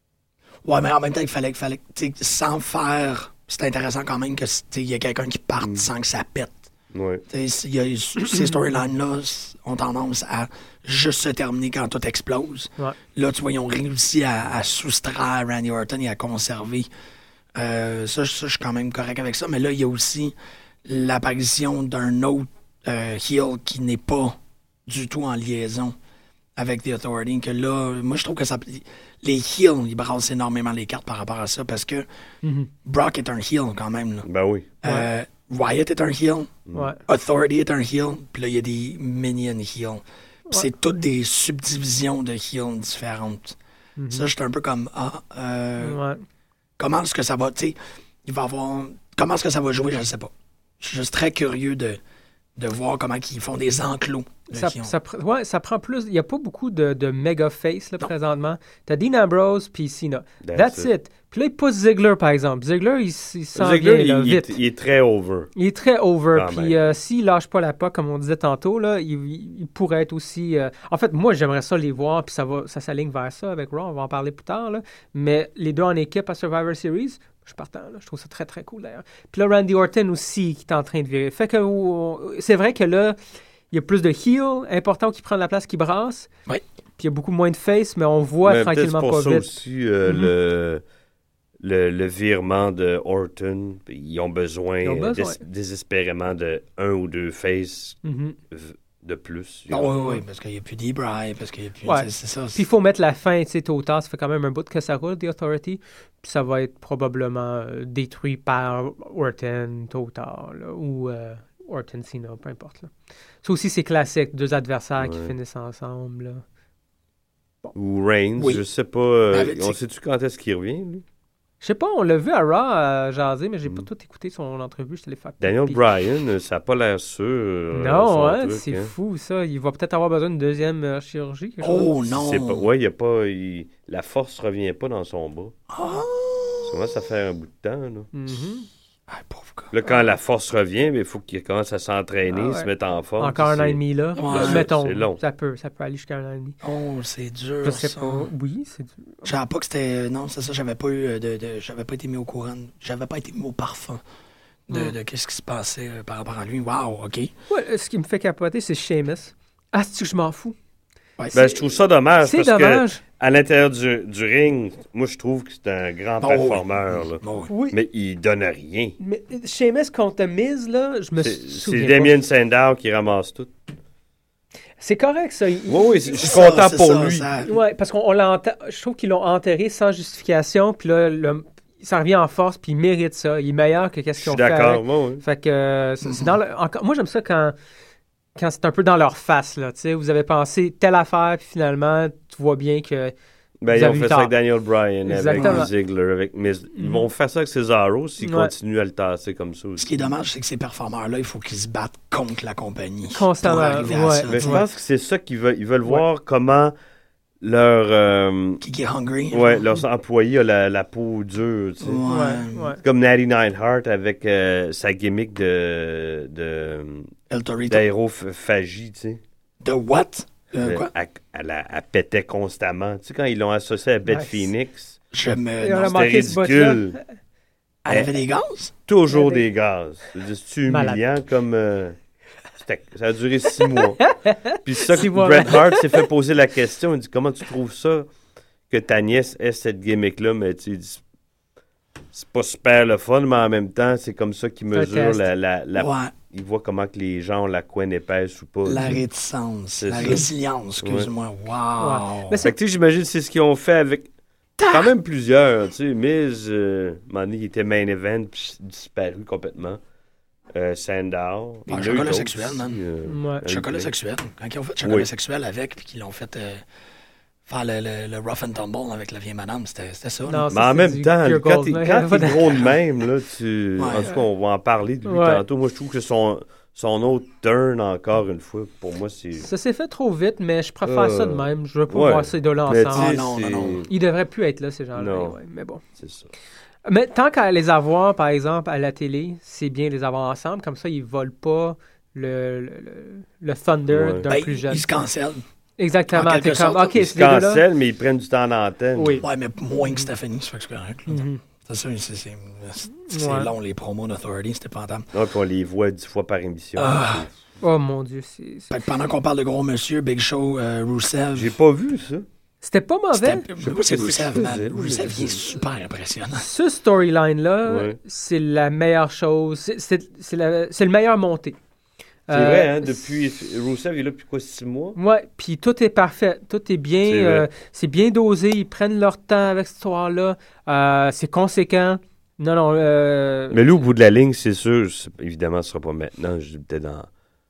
Ouais, mais en même temps, il fallait, il fallait tu sais, sans faire. C'est intéressant quand même que tu sais, il y a quelqu'un qui parte Mm. sans que ça pète. Ouais. Il y a, ces storylines-là ont tendance à juste se terminer quand tout explose. Ouais. Là, tu vois, ils ont réussi à, à soustraire Randy Orton et à conserver. Euh, ça, ça, je suis quand même correct avec ça. Mais là, il y a aussi l'apparition d'un autre euh, heel qui n'est pas du tout en liaison avec The Authority. Que là, moi, je trouve que ça... Les heels, ils brassent énormément les cartes par rapport à ça parce que Mm-hmm. Brock est un heel quand même. Là. Ben oui. Euh, Wyatt est un heel. Ouais. Authority est un heel. Puis là, il y a des minion heels. Puis c'est toutes des subdivisions de heels différentes. Mm-hmm. Ça, j'étais un peu comme, ah, euh, Ouais. comment est-ce que ça va, tu sais, il va avoir, comment est-ce que ça va jouer, je ne sais pas. Je suis juste très curieux de, de voir comment ils font des enclos de Ça, heel. ça, pr- ouais, ça prend plus. Il n'y a pas beaucoup de, de méga face là, présentement. T'as Dean Ambrose puis Cena. That's That's, it. it. Puis là, il pousse Ziggler, par exemple. Ziggler, il, s- il s'en Ziggler, vient là, il, il vite. est, il est très over. Il est très over. Quand Puis même. euh, s'il lâche pas la pas, comme on disait tantôt, là, il, il- il pourrait être aussi. euh, En fait, moi, j'aimerais ça les voir, puis ça va, ça s'aligne vers ça avec Raw. On va en parler plus tard. Là. Mais les deux en équipe à Survivor Series, je suis partant. Là. Je trouve ça très, très cool d'ailleurs. Puis là, Randy Orton aussi, qui est en train de virer. Fait que oh, c'est vrai que là, il y a plus de heel importants qui prennent la place qui brassent. Oui. Puis il y a beaucoup moins de face, mais on voit Mais peut-être tranquillement pour pas ça vite. aussi, euh, Mhm. le, le, le virement de Orton, ils ont besoin, Ils ont besoin. dés- désespérément de un ou deux faces Mhm. v- de plus. Ah oui, oui, parce qu'il n'y a plus d'E-Bry, parce qu'il n'y a plus... Ouais. C'est, c'est ça. Puis il faut mettre la fin, tu sais, tôt ou tard. Ça fait quand même un bout que ça roule, The Authority. Puis ça va être probablement euh, détruit par Orton tôt ou tard, là, ou euh, Orton Cena, peu importe. Là. Ça aussi, c'est classique, deux adversaires qui Ouais. finissent ensemble. Là. Ou Reigns, Oui. je sais pas. euh, Avec- on sait-tu quand est-ce qu'il revient, lui? Je sais pas, on l'a vu à Raw à jaser, mais j'ai pas tout écouté son entrevue. Je te l'ai fait. Daniel Puis- Bryan, euh, ça n'a pas l'air sûr. euh, Non, son hein, truc, c'est hein. fou, ça. Il va peut-être avoir besoin d'une deuxième euh, chirurgie. quelque chose. Oh non! C'est pas, ouais, il y a pas, il- la force revient pas dans son bas. Ah! Ça commence à faire un bout de temps. Là, Mhm. Ah, pauvre gars. là quand la force revient, il faut qu'il commence à s'entraîner, Ah ouais. se mettre en forme. Encore un an C'est- et demi là. Ouais. Mettons, C'est long. ça peut, ça peut aller jusqu'à un an et demi. Oh, c'est dur, Je sais ça. pas. Oui, c'est dur. Je savais pas que c'était... Non, c'est ça, j'avais pas eu euh, de... de- j'avais pas été mis au courant. J'avais pas été mis au parfum de, Mm. de qu'est-ce qui se passait euh, par rapport à lui. Wow, OK. Ouais, ce qui me fait capoter, c'est Sheamus. Ah, c'est que je m'en fous. Ouais, Ben, je trouve ça dommage C'est parce dommage. que à l'intérieur du, du ring, moi je trouve que c'est un grand Oh, performeur. oui. là. Oh, oui. Oui. Mais il donne rien. Mais Sheamus contre Miz, là, je me C'est souviens c'est pas. Damien Sandow qui ramasse tout. C'est correct, ça. Il- Oui, oui, je suis Ça, content c'est pour ça, lui. ça- Ouais, parce qu'on on l'a enta- je trouve qu'ils l'ont enterré sans justification, puis là, le- ça revient en force, puis il mérite ça. Il est meilleur que qu'est-ce Je qu'ils suis ont fait. d'accord. avec. moi, oui. Fait que euh, c'est c'est dans le- encore, moi j'aime ça quand quand c'est un peu dans leur face là, tu sais, vous avez pensé telle affaire puis finalement tu vois bien que Ben, Vous ils ont avez eu fait ça tort. avec Daniel Bryan, Exactement. avec Ziggler, avec Miz. Ils Mhm. vont faire ça avec Cesaro s'ils Ouais. continuent à le tasser comme ça Ce aussi. qui est dommage, c'est que ces performeurs-là, il faut qu'ils se battent contre la compagnie. Constamment, Pour arriver à ouais. ça, Mais tu je sais. pense que c'est ça qu'ils veulent. Ils veulent voir comment leur, euh, Qui est hungry. ouais, leurs employés ont la, la peau dure. Tu sais. Ouais. ouais, ouais. Comme Natty Neidhart avec euh, sa gimmick de, de El Torito. d'aérophagie, tu sais. De what? Euh, Euh, quoi? Elle, elle, a- elle pétait constamment. Tu sais, quand ils l'ont associé à Beth Nice. Phoenix, Je me... Et on non, a c'était manqué ce bout-là. ridicule. Elle avait des gaz? Toujours Elle avait- des gaz. C'est Malade. humiliant comme... euh, c'était- ça a duré six mois. Puis ça, Six que mois. Bret Hart s'est fait poser la question. Il dit, comment tu trouves ça que ta nièce ait cette gimmick-là? Mais tu sais, il dit, c'est pas super le fun, mais en même temps, c'est comme ça qu'il C'est un mesure test. la... la, la- Ouais. Il voit comment que les gens ont la couenne épaisse ou pas. La tu sais. réticence, C'est la ça. résilience, excuse-moi. Wow! Mais Fait que tu sais, j'imagine que c'est ce qu'ils ont fait avec quand même plusieurs, tu sais. Miz, euh, à un moment donné, il était main event, puis disparu complètement. Euh, Sandow. Il y en Ah, a eu chocolat d'autres sexuel, aussi, man. euh, Ouais. avec Chocolat Blake. sexuel. Quand ils ont fait chocolat Oui. sexuel avec, puis qu'ils l'ont fait euh, faire le, le, le rough and tumble avec la vieille madame, c'était c'était ça. là. Non, Mais ça, en c'est même du temps, pure quand gold, t'es mais- quand t'es gros de même, là, tu... Ouais. en tout cas, on va en parler de lui Ouais. tantôt. Moi, je trouve que son, son autre turn, encore une fois, pour moi, c'est... Ça s'est fait trop vite, mais je préfère Euh, ça de même. Je veux pas ouais. voir ces deux-là Mais tu ensemble. sais, Ah, non, c'est- non, non. Ils devraient plus être là, ces gens-là. Non. ouais, mais bon. C'est ça. Mais tant qu'à les avoir, par exemple, à la télé, c'est bien de les avoir ensemble. Comme ça, ils volent pas le, le, le- le thunder Ouais. d'un Ben, plus jeune. ils se cancellent. Exactement. En quelque T'es comme, sorte, OK, Ils c'est se les deux-là. cancellent, mais ils prennent du temps d'antenne. Oui. Ouais, mais moins que Stéphanie, ça fait que c'est correct. là. Mhm. C'est ça, c'est, c'est, c'est Ouais. long, les promos d'Authority, c'était épouvantable. Ouais, puis on les voit dix fois par émission. Ah. Oh mon Dieu, c'est... c'est- Fait que pendant qu'on parle de gros monsieur, Big Show, euh, Rusev... J'ai pas vu ça. C'était pas mauvais. C'était- Je sais Moi, pas c'est qu'est-ce Rusev, qu'il man. faisait, Rusev, il est mais- super impressionnant. Ce storyline-là, Ouais. c'est la meilleure chose. C'est, c'est, c'est, la- c'est le meilleur monté. C'est Euh, vrai, hein, depuis... Rusev est là depuis quoi, six mois? Ouais, puis tout est parfait. Tout est bien. C'est euh, vrai. c'est bien dosé. Ils prennent leur temps avec cette histoire-là. Euh, c'est conséquent. Non, non. Euh, Mais lui, au bout de la ligne, c'est sûr, je sais- évidemment, ce sera pas maintenant, je dis peut-être dans...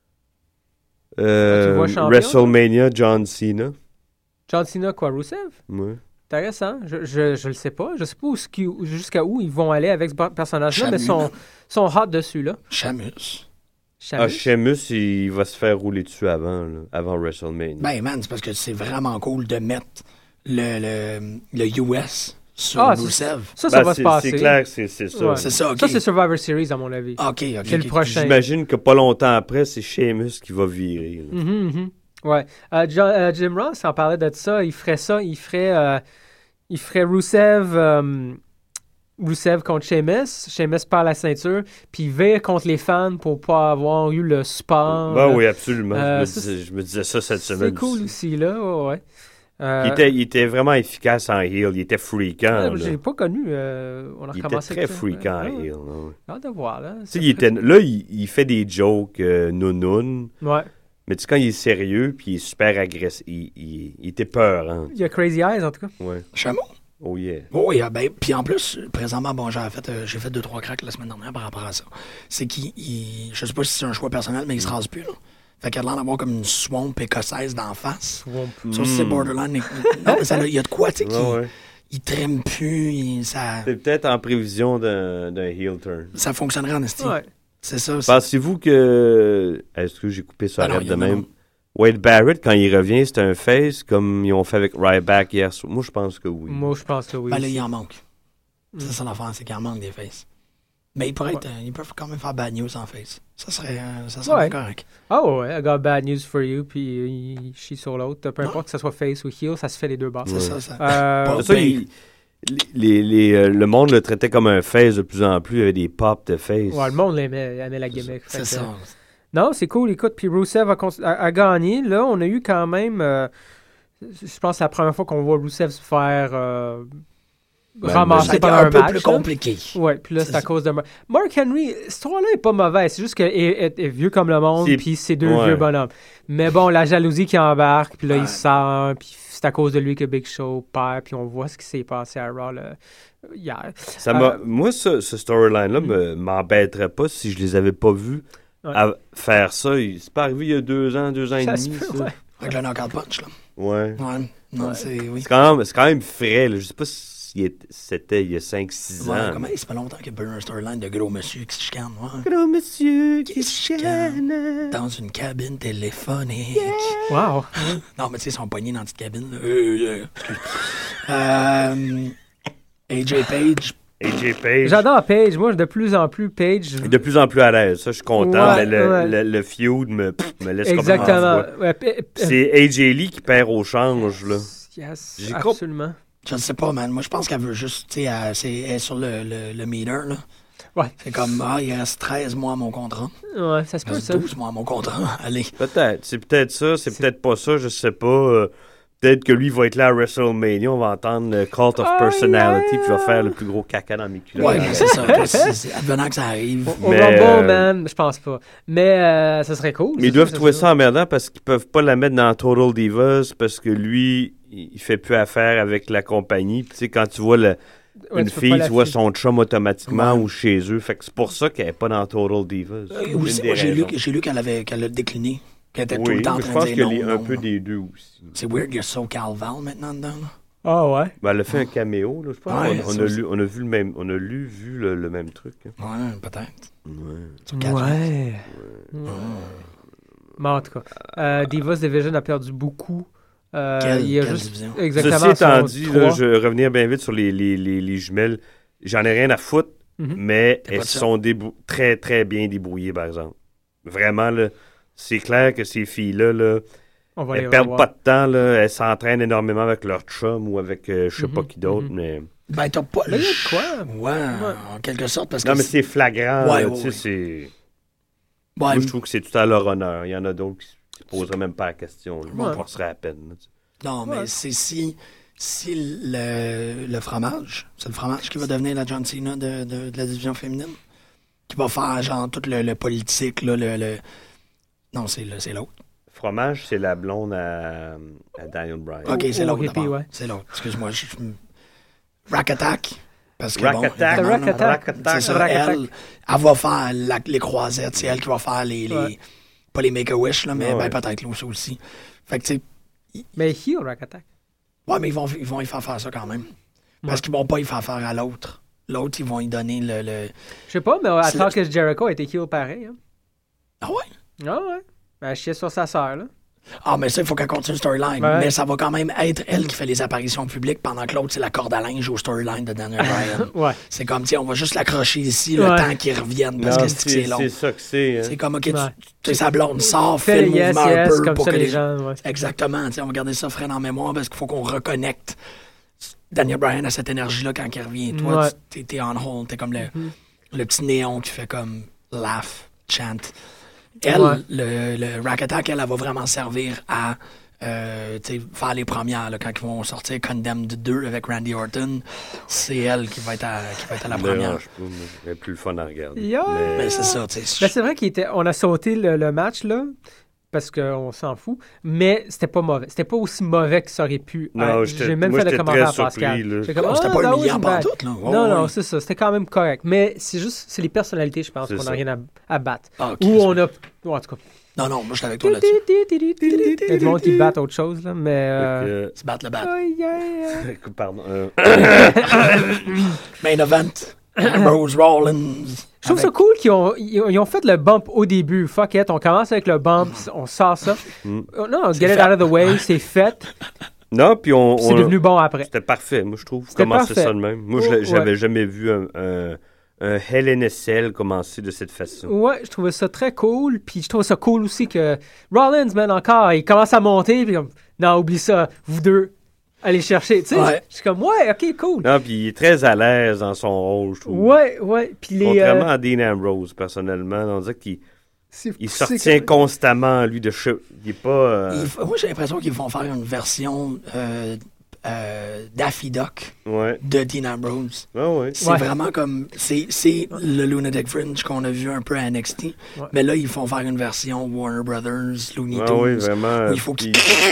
Euh, Tu vois champion, WrestleMania, John Cena. John Cena, quoi, Rusev? Ouais. Intéressant. Je, je, je le sais pas. Je sais pas où, ce qui- jusqu'à où ils vont aller avec ce personnage-là, mais ils Chamus, sont, sont hot dessus, là. Chamus. Chamus. Ah, Sheamus, il va se faire rouler dessus avant, là, avant WrestleMania. Ben, man, c'est parce que c'est vraiment cool de mettre le, le, le U S sur Ah, c'est- Rusev. Ça, ça Ben, va c'est, se passer. c'est clair que c'est, c'est ça. Ouais. C'est ça, OK. Ça, c'est Survivor Series, à mon avis. OK, OK. C'est le OK. prochain. J'imagine que pas longtemps après, c'est Sheamus qui va virer. là. Mhm, mhm. Ouais. Euh, John- euh, Jim Ross en parlait de ça. Il ferait ça. Il ferait, euh, il ferait Rusev, euh, Rusev contre Sheamus. Sheamus perd la ceinture. Puis il vire contre les fans pour pas avoir eu le support. Ben oui, absolument. Euh, je, me ça, disais, je me disais ça cette semaine. C'est cool aussi, là. Ouais, ouais. Euh, Il, était, il était vraiment efficace en heel. Il était freakant. ouais, là. j'ai pas connu. euh, on a Il était recommencé très avec ça. freakant en Ouais, ouais. heel. là. J'ai hâte de voir, là. Tu Ça sais, il ferait- était, là, il, il fait des jokes euh, nounoun, Ouais. mais tu sais, quand il est sérieux puis il est super agressif, il, il, il était peurant. Il y a Crazy Eyes, en tout cas. Ouais. Chameau. Oh yeah. Oui, ah ben, puis en plus, présentement, bon, j'ai fait, euh, j'ai fait deux, trois cracks la semaine dernière par rapport à ça. C'est qu'il, il- je sais pas si c'est un choix personnel, mais il se rase plus, là. Fait qu'il a l'air d'avoir comme une swamp écossaise d'en face. Ça aussi, c'est borderline. Non, mais ça, là, il y a de quoi, tu sais, qui, Ouais, ouais. il trime plus, il- ça, C'est peut-être en prévision d'un, d'un heel turn. ça fonctionnerait en estime. Ouais. C'est ça. c'est- Pensez-vous que... Est-ce que j'ai coupé ça Ah non, arrête il y de en a même? non. Wade Barrett, quand il revient, c'est un face comme ils ont fait avec Ryback hier soir. Moi, je pense que oui. Moi, je pense que oui. Ben là, aussi. il en manque. Mm. C'est ça l'affaire, c'est qu'il en manque des faces. Mais ils pourraient être, euh, ils peuvent quand même faire bad news en face. Ça serait, euh, ça serait Ouais. correct. Ah ouais, I got bad news for you, puis euh, il chie sur l'autre. Peu importe que ça soit face ou heel, ça se fait les deux bords. C'est Ouais. ça, ça. Euh, Pas- C'est ça, il- les, les, euh, le monde le traitait comme un face de plus en plus. Il y avait des pops de face. ouais, le monde l'aimait, aimait la gimmick. C'est fait que, ça. Non, c'est cool, écoute. Puis Rusev a, cons- a- a gagné. Là, on a eu quand même. euh, je pense que c'est la première fois qu'on voit Rusev se faire euh, Ben, Ça a ramasser été pendant un un peu match. plus là. compliqué. Ouais, puis là, C'est c'est à ça. cause de Mar- Mark Henry. Cette histoire-là est pas mauvaise. C'est juste qu'il est, est- est vieux comme le monde, C'est- puis c'est deux ouais. vieux bonhommes. Mais bon, la jalousie qui embarque, puis là, Ouais. il sort, puis c'est à cause de lui que Big Show perd, puis on voit ce qui s'est passé à Raw là, hier. Ça m'a, Euh, moi, ce, ce storyline-là me, m'embêterait pas si je les avais pas vus Ouais. à faire ça. Il- C'est pas arrivé il y a deux ans, deux ans et Ça se demi. peut, ça. ouais. Avec le knockout punch, là. Ouais. Ouais. Non, Ouais. c'est, oui. C'est, quand même, c'est quand même frais. Là. Je sais pas si est- c'était il y a cinq six Ouais, ans. comment ça fait longtemps qu'il y a un storyline de gros monsieur qui se chicane, ouais. Gros monsieur Qui se chicane dans une cabine téléphonique. Wow. Non, mais tu sais, ils sont poignés dans une petite cabine. Là. Euh, euh. Euh, A J Page. A J Page. J'adore Paige. Moi, de plus en plus, Paige. Il est de plus en plus à l'aise. Ça, je suis content. Ouais, mais le, ouais. le, le feud me, pff, me laisse Exactement. complètement Ouais, p- p- froid. C'est A J Lee qui perd au change, là. Yes, J'ai comp- absolument. Je ne sais pas, man. Moi, je pense qu'elle veut juste, tu sais, elle, c'est- elle est sur le, le, le meter, là. Ouais. C'est comme, ah, il reste treize mois à mon contrat. Ouais, ça se Il peut, reste ça. douze mois à mon contrat. Allez. Peut-être. C'est peut-être ça. C'est, C'est- peut-être pas ça. Je sais pas. Euh, peut-être que lui va être là à WrestleMania. On va entendre le Cult of Aïe, Personality. aïe, Puis je vais aïe. faire le plus gros caca dans mes culottes. Ouais, mais c'est ça. Puis c'est- c'est advenant que ça arrive. Au Mais, Rumble, euh, man, je pense pas. Mais euh, ça serait cool. Mais ils c'est doivent sûr, trouver c'est ça emmerdant parce qu'ils peuvent pas la mettre dans Total Divas parce que lui, il fait plus affaire avec la compagnie. Puis tu sais, quand tu vois le, sûr. Ouais, une tu peux fille, pas la tu vois fi- son chum automatiquement Ouais. ou chez eux. Fait que c'est pour ça qu'elle est pas dans Total Divas. Euh, C'est aussi, une des moi, j'ai lu, raisons. j'ai lu qu'elle avait qu'elle a décliné. Qu'elle était tout le Oui, temps en mais je train pense de qu'il dire y a non, un non, peu non. des deux aussi. C'est weird, il y a SoCal Val maintenant dedans. Là. Ah ouais. Ben, elle a fait un caméo, là, je pense. Ouais, on, on ça a aussi. lu, on a vu le même, on a lu, vu le, le même truc. hein. Ouais, peut-être. Ouais. Sur quatre ans. Ouais. Ouais. Mais en tout cas, euh, Divas Division a perdu beaucoup. Euh, Quelle, il y a quelle juste division? exactement Ceci étant son dit, trois. là, je vais revenir bien vite sur les, les, les, les jumelles. J'en ai rien à foutre, Mhm. mais T'es pas elles de ça. sont débrou- très, très bien débrouillées, par exemple. Vraiment, là, c'est clair que ces filles-là, là, On va les Elles perdent revoir. pas de temps, là. Elles s'entraînent énormément avec leur chum ou avec euh, je sais Mhm, pas qui d'autre, mhm. mais... Ben, t'as pas... Mais il y a de quoi? Ouais, en quelque sorte, parce Non, que... mais c'est flagrant, Ouais, là, ouais, tu sais, ouais. c'est... Ouais, Moi, je trouve que c'est tout à leur honneur. Il y en a d'autres qui ne poseraient même pas la question. Là. Ouais. On passerait à peine. Là, tu sais. non, mais Ouais. c'est si... Si le, le fromage, c'est le fromage qui va devenir la John Cena de, de, de la division féminine, qui va faire, genre, tout le, le politique, là, le... le... Non, c'est le- c'est l'autre. Fromage, c'est la blonde à, à Daniel Bryan. OK, c'est au l'autre, hippie, d'abord. ouais. C'est l'autre. Excuse-moi, je... je- Rack Attack. Parce que, Rack bon, Attack. évidemment, Rack là, Attack. c'est ça, Rack Attack. elle, elle va faire la- les croisettes, c'est elle qui va faire les... les Ouais. Pas les Make-A-Wish, là, mais Ouais, ben, ouais. peut-être là, ça aussi. Fait que, tu sais, Mais heel, Rack Attack. ouais, mais ils vont, ils vont y faire faire ça quand même. Parce Ouais. qu'ils vont pas y faire faire à l'autre. L'autre, ils vont y donner le... le... Je sais pas, mais à C'est- tant que Jericho a été heel pareil. Hein. Ah ouais? Ah ouais. Ben, elle chiait sur sa sœur, là. Ah, mais ça, il faut qu'elle continue le storyline. Ouais. Mais ça va quand même être elle qui fait les apparitions publiques pendant que l'autre, c'est la corde à linge au storyline de Daniel Bryan. Ouais. C'est comme, tiens, on va juste l'accrocher ici le Ouais. temps qu'il revienne parce Non, que c'est que c'est c'est long. c'est ça que c'est. Hein. C'est comme, OK, tu, Ouais. tu sais, sa blonde sort, Fais fait le le yes, mouvement un yes, peu comme pour ça que les les gens, ouais. Exactement. Tu sais, on va garder ça frais dans la mémoire parce qu'il faut qu'on reconnecte Daniel Bryan à cette énergie-là quand il revient. Toi, Ouais. tu- t'es, t'es on hold. T'es comme le, le petit néon qui fait comme laugh, chant. Elle, Ouais. le, le Rack Attack, elle, elle va vraiment servir à euh, tu sais, faire les premières. Là, quand ils vont sortir Condemned deux avec Randy Orton, c'est elle qui va être à, qui va être à la Me première. dérange pas, moi. C'est plus le fun à regarder. Yeah. Mais- Mais c'est ça, tu Ben, sais. c'est vrai qu'on on a sauté le, le match, là, parce qu'on s'en fout, mais c'était pas mauvais. C'était pas aussi mauvais que ça aurait pu. Non, être. j'étais- J'ai même moi, fait le j'étais commentaire à très Pascal. surpris, là. J'étais comme, Non, c'était ah, pas that humiliant wasn't bad. pantoute, là. Ouais, non, ouais. non, c'est ça. C'était quand même correct. Mais c'est juste, c'est les personnalités, je pense, C'est qu'on n'a ça. rien à, à battre. Ah, ok, Ou c'est- on a. Ou en tout cas. Non, non, moi, je suis avec toi là-dessus. Il y a du monde qui battent autre chose, là, mais. Fait Euh... Se battre le battre. aïe, aïe, aïe. que- Pardon. euh, Main event. Ambrose Rollins. Je trouve ça cool qu'ils ont, ils ont, ils ont fait le bump au début. Fuck it, on commence avec le bump, on sort ça. Mm. Oh, non, get it fait. out of the way, c'est fait. Non, puis on. C'est on- devenu bon après. C'était parfait, moi, je trouve. C'était Commencer parfait. ça de même. Moi, je Oh, l'ai- j'avais ouais. jamais vu un, un, un Hell in a Cell commencer de cette façon. Ouais, je trouvais ça très cool. Puis je trouve ça cool aussi que Rollins, man, encore, il commence à monter. Puis comme, non, oublie ça, vous deux, allez chercher. Tu sais, Ouais. je suis comme, ouais, ok, cool. Non, puis il est très à l'aise dans son rôle, je trouve. Ouais, ouais. Puis les. Contrairement euh, à Dean Ambrose, personnellement, on dirait qu'il c'est- il c'est sortient que- constamment, lui, de che- Il est pas... euh, Il f- Moi, j'ai l'impression qu'ils vont faire une version euh, euh, Daffy Duck Ouais, de Dean Ambrose. ouais, ouais. C'est Ouais. vraiment comme... C'est c'est le Lunatic Fringe qu'on a vu un peu à N X T. Ouais. Mais là, ils font faire une version Warner Brothers, Looney Ah Tunes. oui, vraiment. où il faut qu'il... puis-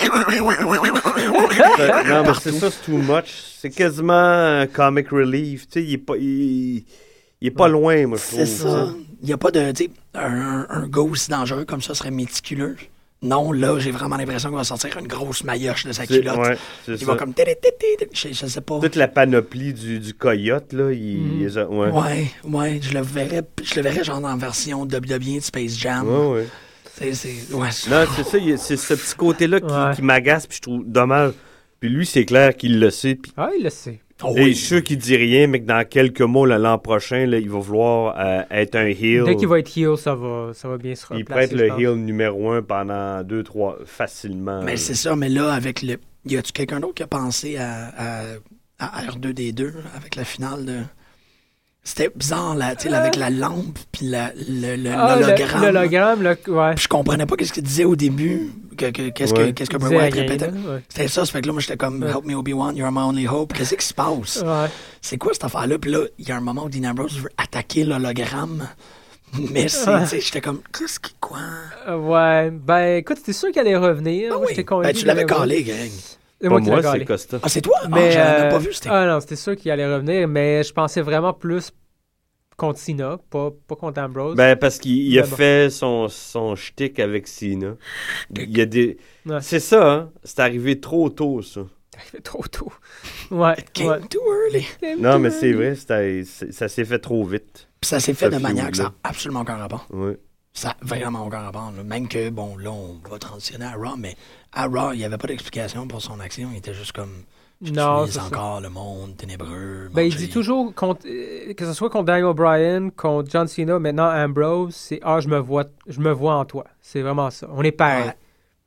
non, mais c'est ça, c'est too much. C'est quasiment un comic relief. Tu sais, il est pas... Il, il est pas loin, moi, je trouve. C'est ça. Il n'y a pas de... Tu sais, un, un gars aussi dangereux comme ça serait méticuleux. Non, là, j'ai vraiment l'impression qu'il va sortir une grosse maillotche de sa C'est- culotte. ouais, c'est Il ça. va comme... Je, je sais pas. Toute la panoplie du, du coyote, là, il, Mhm. il les a- ouais. Ouais, ouais, je le verrais, je le verrais genre en version W W E de Space Jam. Ouais, ouais. C'est, c'est, ouais, c'est- Non, c'est ça, il y a- c'est ce petit côté-là qui, Ouais. qui m'agace, puis je trouve dommage. Puis lui, c'est clair qu'il le sait. Puis Ah, il le sait. Oh, et oui. je suis sûr qu'il dit rien, mais que dans quelques mois, là, l'an prochain, là, il va vouloir euh, être un heel. Dès qu'il va être heel, ça va, ça va bien se Il replacer. pourrait être le je pense. heel numéro un pendant deux, trois, facilement. Mais c'est ça, mais là, avec le. Y a-tu quelqu'un d'autre qui a pensé à, à, à R deux D deux avec la finale de. C'était bizarre, là, tu sais, là, avec la lampe puis la, le, le, Ah, le- l'hologramme. L'hologramme, là, ouais. Puis je comprenais pas qu'est-ce qu'il disait au début. Que, que- qu'est-ce, Ouais. que, qu'est-ce que Il Bray disait Wyatt rien, répétait. là, ouais. C'était ça, ça fait que là, moi, j'étais comme Ouais. Help me Obi-Wan, you're my only hope. Qu'est-ce qui se passe? Ouais. C'est quoi cette affaire-là? Puis là, il y a un moment où Dean Ambrose veut attaquer l'hologramme. Mais c'est, Ouais. tu sais, j'étais comme, qu'est-ce qui, quoi? Euh, ouais. Ben, écoute, c'était sûr qu'elle allait revenir. Ah Moi, oui. j'étais convaincu Ben, tu l'avais qu'elle allait calé, Greg. revenir. C'est Pas moi qui moi, l'ai c'est calé. Costa. Ah, c'est toi? Mais, ah, j'avais euh, même pas vu. C'était... Ah non, c'était sûr qu'il allait revenir, mais je pensais vraiment plus contre Cena, pas, pas contre Ambrose. Ben, parce qu'il il a Mais bon. fait son, son shtick avec Cena. Il y a des... Ouais. C'est ça, hein? C'est arrivé trop tôt, ça. C'est arrivé trop tôt. Ouais. Came ouais. too early. Non, mais c'est vrai, c'était- c'est- ça s'est fait trop vite. Puis ça s'est fait Ça de fait manière où, que ça là? n'a absolument aucun rapport. Ouais. Ça n'a vraiment aucun rapport. là. Même que, bon, là, on va transitionner à Raw, mais à Raw, il n'y avait pas d'explication pour son action. Il était juste comme, Non, j'utilise c'est ça. encore le monde ténébreux. Ben, il manger. dit toujours, contre, euh, que ce soit contre Daniel Bryan, contre John Cena, maintenant Ambrose, c'est « Ah, je me vois, je me vois en toi ». C'est vraiment ça. On est pareil. Ouais.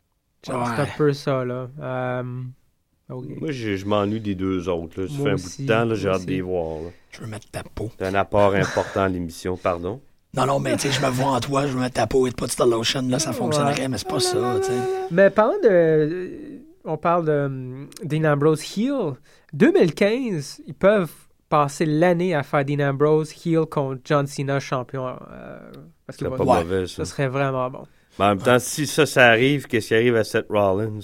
C'est Ouais. un peu ça, là. Euh, ok. Moi, je, je m'ennuie des deux autres. Là. Ça Moi fait un aussi, bout de temps, là, j'ai moi hâte de aussi. les voir. Là. Je veux mettre ta peau. C'est un apport important à l'émission, pardon. Non, non, mais tu sais, je me vois en toi, je veux mettre ta peau et pas de lotion, là, ça fonctionnerait, mais c'est pas ça, tu sais. Mais parlant de... On parle de um, Dean Ambrose heel. deux mille quinze, ils peuvent passer l'année à faire Dean Ambrose heel contre John Cena champion. Euh, parce que C'est va- pas Ouais. mauvais, ça. ça serait vraiment bon. Mais en même temps, si ça, ça arrive, qu'est-ce qui arrive à Seth Rollins?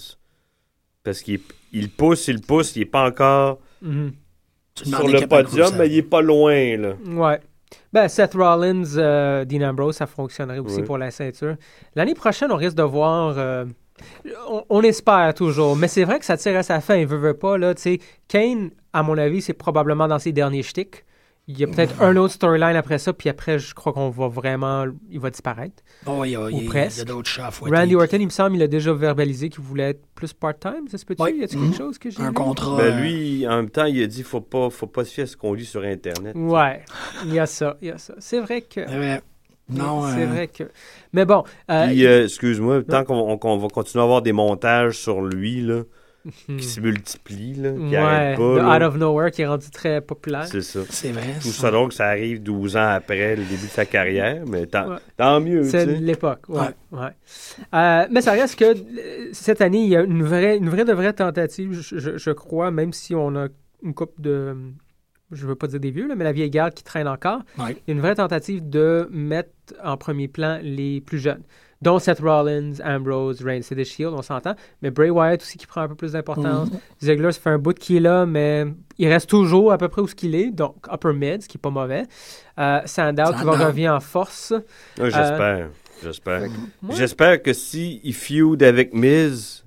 Parce qu'il il pousse, il pousse, il est pas encore Mhm. Tu demandes sur les le capables podium, Rusev. mais il est pas loin, là. Ouais. Ben, Seth Rollins, euh, Dean Ambrose, ça fonctionnerait aussi Oui. pour la ceinture. L'année prochaine, on risque de voir... euh, on, on espère toujours, mais c'est vrai que ça tire à sa fin. Il veut, veut pas, là, tu sais. Kane, à mon avis, c'est probablement dans ses derniers shticks. Il y a peut-être un autre storyline après ça, puis après, je crois qu'on va vraiment... Il va disparaître. Oh, il y a, il y a- il y a presque. d'autres chats à fouetter. Randy Orton, il me semble, il a déjà verbalisé qu'il voulait être plus part-time. Ça se peut-tu? Ouais. Y a-t-il Mhm. quelque chose que j'ai Un vu? contrat. Ben, euh, lui, en même temps, il a dit faut pas, faut pas se fier à ce qu'on lit sur Internet. Ouais, il y a ça, il y a ça. C'est vrai que... c'est vrai. Non, c'est euh, vrai que... Mais bon... euh, Puis, euh, excuse-moi, tant qu'on on- qu'on va continuer à avoir des montages sur lui, là, hmm. qui se multiplient, là, qui Ouais, arrêtent de pas, Out là. of Nowhere qui est rendu très populaire. C'est ça. c'est vrai. Tout ça. ça drôle que ça arrive douze ans après le début de sa carrière, mais tant, Ouais. tant mieux, tu C'est sais. l'époque, ouais. ouais. Euh, mais ça reste que euh, cette année, il y a une vraie, une vraie de vraie tentative, je, je- je crois, même si on a une couple de... Je veux pas dire des vieux, là, mais la vieille garde qui traîne encore. Ouais. Il y a une vraie tentative de mettre en premier plan les plus jeunes, dont Seth Rollins, Ambrose, Reigns. C'est des Shield, on s'entend. Mais Bray Wyatt aussi qui prend un peu plus d'importance. Mhm. Ziggler, ça fait un bout qu'il est là, mais il reste toujours à peu près où ce qu'il est, donc upper mid, ce qui n'est pas mauvais. Euh, Sandow qui va Sandow. revenir en force. Ouais, j'espère. J'espère. moi- J'espère que si il feud avec Miz,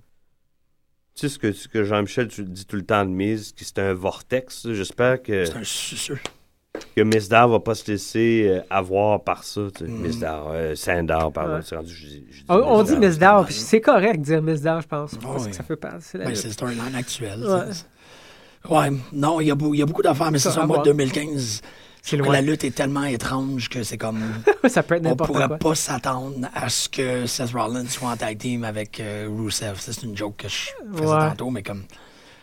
tu sais ce que, ce que Jean-Michel tu dit tout le temps de Miz, que c'est un vortex, là. J'espère que, C'est un suceux. que Mizdar va pas se laisser euh, avoir par ça. Tu sais. Mm. Mizdar, euh, Sandow, pardon. Ouais. C'est rendu, je, dis- je dis On, on dit Mizdar. Mizdar, puis c'est correct de dire Mizdar, je pense. Oh, parce oui. que ça fait partie. Ben, c'est le storyline actuel. Ouais. c'est- Ouais, non, il y, a beau- il y a beaucoup d'affaires, mais c'est Ça, ça, à moi, voir. deux mille quinze, C'est je trouve loin. que la lutte est tellement étrange que c'est comme... Ça peut être On n'importe pourrait quoi. pas s'attendre à ce que Seth Rollins soit en tag team avec euh, Rusev. Ça, c'est une joke que je faisais Ouais. tantôt, mais comme...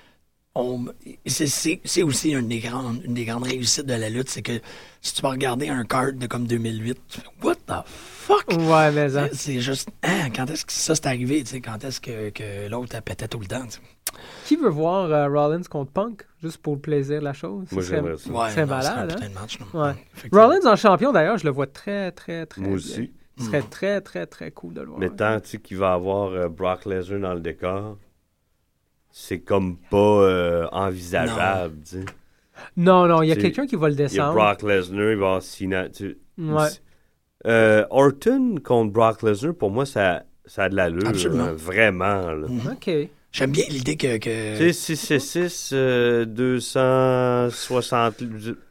on- c'est- C'est c'est aussi une des, grandes, une des grandes réussites de la lutte, c'est que si tu vas regarder un card de comme deux mille huit, tu fais, what the fuck? Ouais, mais ça. C'est- C'est juste, hein, quand est-ce que ça c'est arrivé? Tu sais, quand est-ce que, que l'autre elle pétait tout le temps? tu sais? Qui veut voir euh, Rollins contre Punk, juste pour le plaisir de la chose? Moi, Ce serait- j'aimerais ça. Ouais, C'est non, ce serait un malade, hein? putain de match, non? Ouais. Effectivement. Rollins en champion, d'ailleurs, je le vois très, très, très Moi bien. aussi. Ce serait très, très, très cool de le voir. Mais tant tu sais, qu'il va avoir euh, Brock Lesnar dans le décor, c'est comme pas euh, envisageable. tu sais. Non, non, il y a C'est- quelqu'un qui va le Il y a descendre. Brock Lesnar, il va y avoir Cena. tu- Ouais. Euh, Orton contre Brock Lesnar, pour moi, ça, ça a de l'allure. Absolument. hein, vraiment. Là. Mhm. OK. J'aime bien l'idée que... que... Tu sais, six six six, euh, deux cent soixante...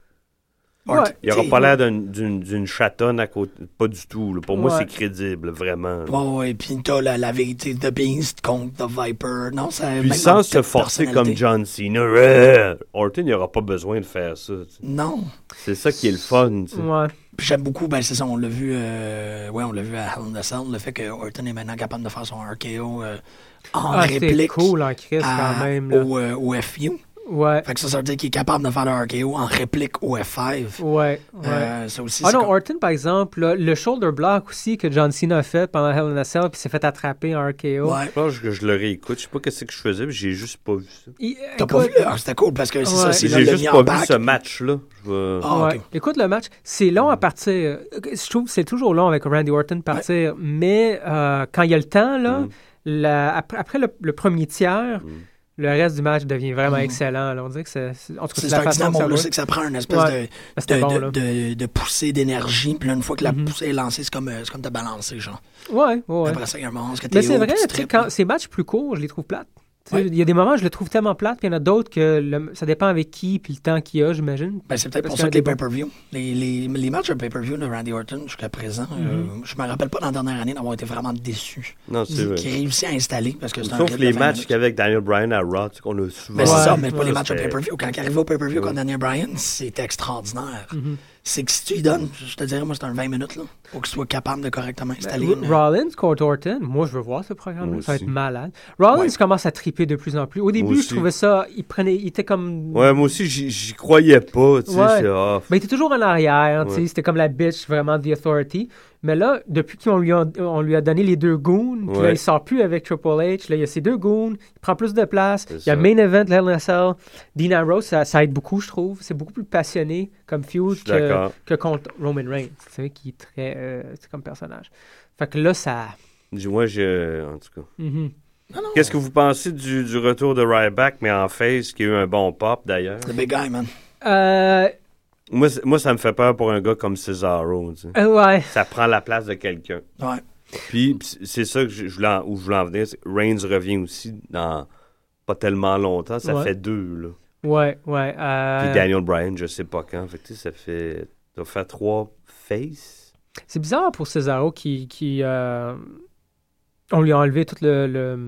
Ouais. Il n'aura T'sais, pas l'air d'une- d'une d'une chatonne à côté. Pas du tout. là. Pour moi, Ouais. c'est crédible, vraiment. là. Ouais, ouais, puis t'as la, la vérité de Beast contre The Viper. Non, ça... Puis même sans en se termes de forcer personnalité. comme John Cena, euh, Orton, il n'aura pas besoin de faire ça. tu sais. Non. C'est ça qui est le fun. tu sais. Ouais. Puis j'aime beaucoup, ben c'est ça, on l'a vu, euh, ouais, on l'a vu à Hell in a Cell, le fait que Orton est maintenant capable de faire son R K O euh, en Ah, c'est réplique cool en Chris à- quand même. Là. au, euh, au F U. Ouais. Fait que ça, ça veut dire qu'il est capable de faire le R K O en réplique au F cinq. Ouais. Ouais. Euh, ça aussi, Ah c'est non, comme- Orton, par exemple, là, le shoulder block aussi que John Cena a fait pendant Hell in a Cell, puis s'est fait attraper en R K O. Ouais. Je pense que je le réécoute. Je sais pas qu'est-ce que je faisais, mais j'ai juste pas vu ça. Il- T'as pas écoute- vu? Ah, c'était cool parce que c'est ça, Ouais. c'est J'ai là, le juste mis pas en vu back. ce match-là. Je vais- Ah, Ouais. ok. Écoute, le match, c'est long à partir. euh, Je trouve que c'est toujours long avec Randy Orton partir, mais euh, quand il y a le temps, là, Mm. la- après, après le, le premier tiers, Mm. le reste du match devient vraiment Mm. excellent. là. On dirait que c'est. c'est- En tout cas, C'est c'est la un façon dynamo, que ça là, va. c'est que ça prend une espèce Ouais. de, C'était de, bon, de, là. de- de poussée d'énergie. Puis là, une fois que la Mhm. poussée est lancée, c'est comme, euh, c'est comme de balancer, genre. Ouais, ouais, ouais. Après ça, il y a un moment où Mais t'es c'est haut, vrai, puis tu tu sais, tripes. quand ces matchs plus courts, je les trouve plates. Tu sais, Ouais. Il y a des moments où je les trouve tellement plates, puis il y en a d'autres que le- ça dépend avec qui, puis le temps qu'il y a, j'imagine. Ben, c'est peut-être Parce pour qu'il y ça a que les des bons- pay-per-view, les, les, les matchs de pay-per-view de Randy Orton jusqu'à présent, euh, Mhm. je me rappelle pas dans la dernière année d'avoir été vraiment déçu. Non, c'est vrai. Qui réussit à installer parce que c'est un Sauf rythme les de vingt matchs minutes. qu'avec Daniel Bryan à Raw, tu sais, qu'on a souvent. Ben, c'est Ouais. ça, mais pas Ouais, les matchs de c'était- pay-per-view. Quand il arrive au pay-per-view Ouais. contre Daniel Bryan, c'était extraordinaire. Mhm. c'est que si tu y donnes, je te dirais, moi, c'est un vingt minutes, là, pour qu'il soit capable de correctement installer. Ben, une... Rollins contre Orton, moi, je veux voir ce programme-là. Moi Ça va aussi. être malade. Rollins Ouais. commence à triper de plus en plus. Au début, je aussi. trouvais ça, il prenait, il était comme... Ouais, moi aussi, j'y, j'y croyais pas, tu sais, Ouais. c'est off. Ben, il était toujours en arrière, tu sais, Ouais. c'était comme la bitch, vraiment, The Authority. Mais là, depuis qu'on lui a, on lui a donné les deux goons, puis là, Ouais. il sort plus avec Triple H, là, il y a ses deux goons, il prend plus de place, C'est il y a ça. Main Event, Hell in a Cell, Dean Ambrose, ça, ça aide beaucoup, je trouve. C'est beaucoup plus passionné comme Je feud suis que, d'accord. que contre Roman Reigns, tu sais, qui est très, euh, c'est comme personnage. Fait que là, ça... Dis-moi, je... en tout cas. Mhm. Non, non, Qu'est-ce que vous pensez du, du retour de Ryback, mais en face, qui a eu un bon pop, d'ailleurs? The big guy, man. Euh, Moi, c'est- moi, ça me fait peur pour un gars comme Cesaro, tu sais. euh, ouais. Ça prend la place de quelqu'un. Ouais. Puis, p- c'est ça que je, je voulais en- où je voulais en venir. c'est que Reigns revient aussi dans pas tellement longtemps. Ça Ouais. fait deux, là. Ouais, ouais. euh, Puis Daniel Bryan, je sais pas quand. Fait que, tu sais, ça fait... Ça fait trois faces. C'est bizarre pour Cesaro qui... qui euh, on lui a enlevé tout le, le,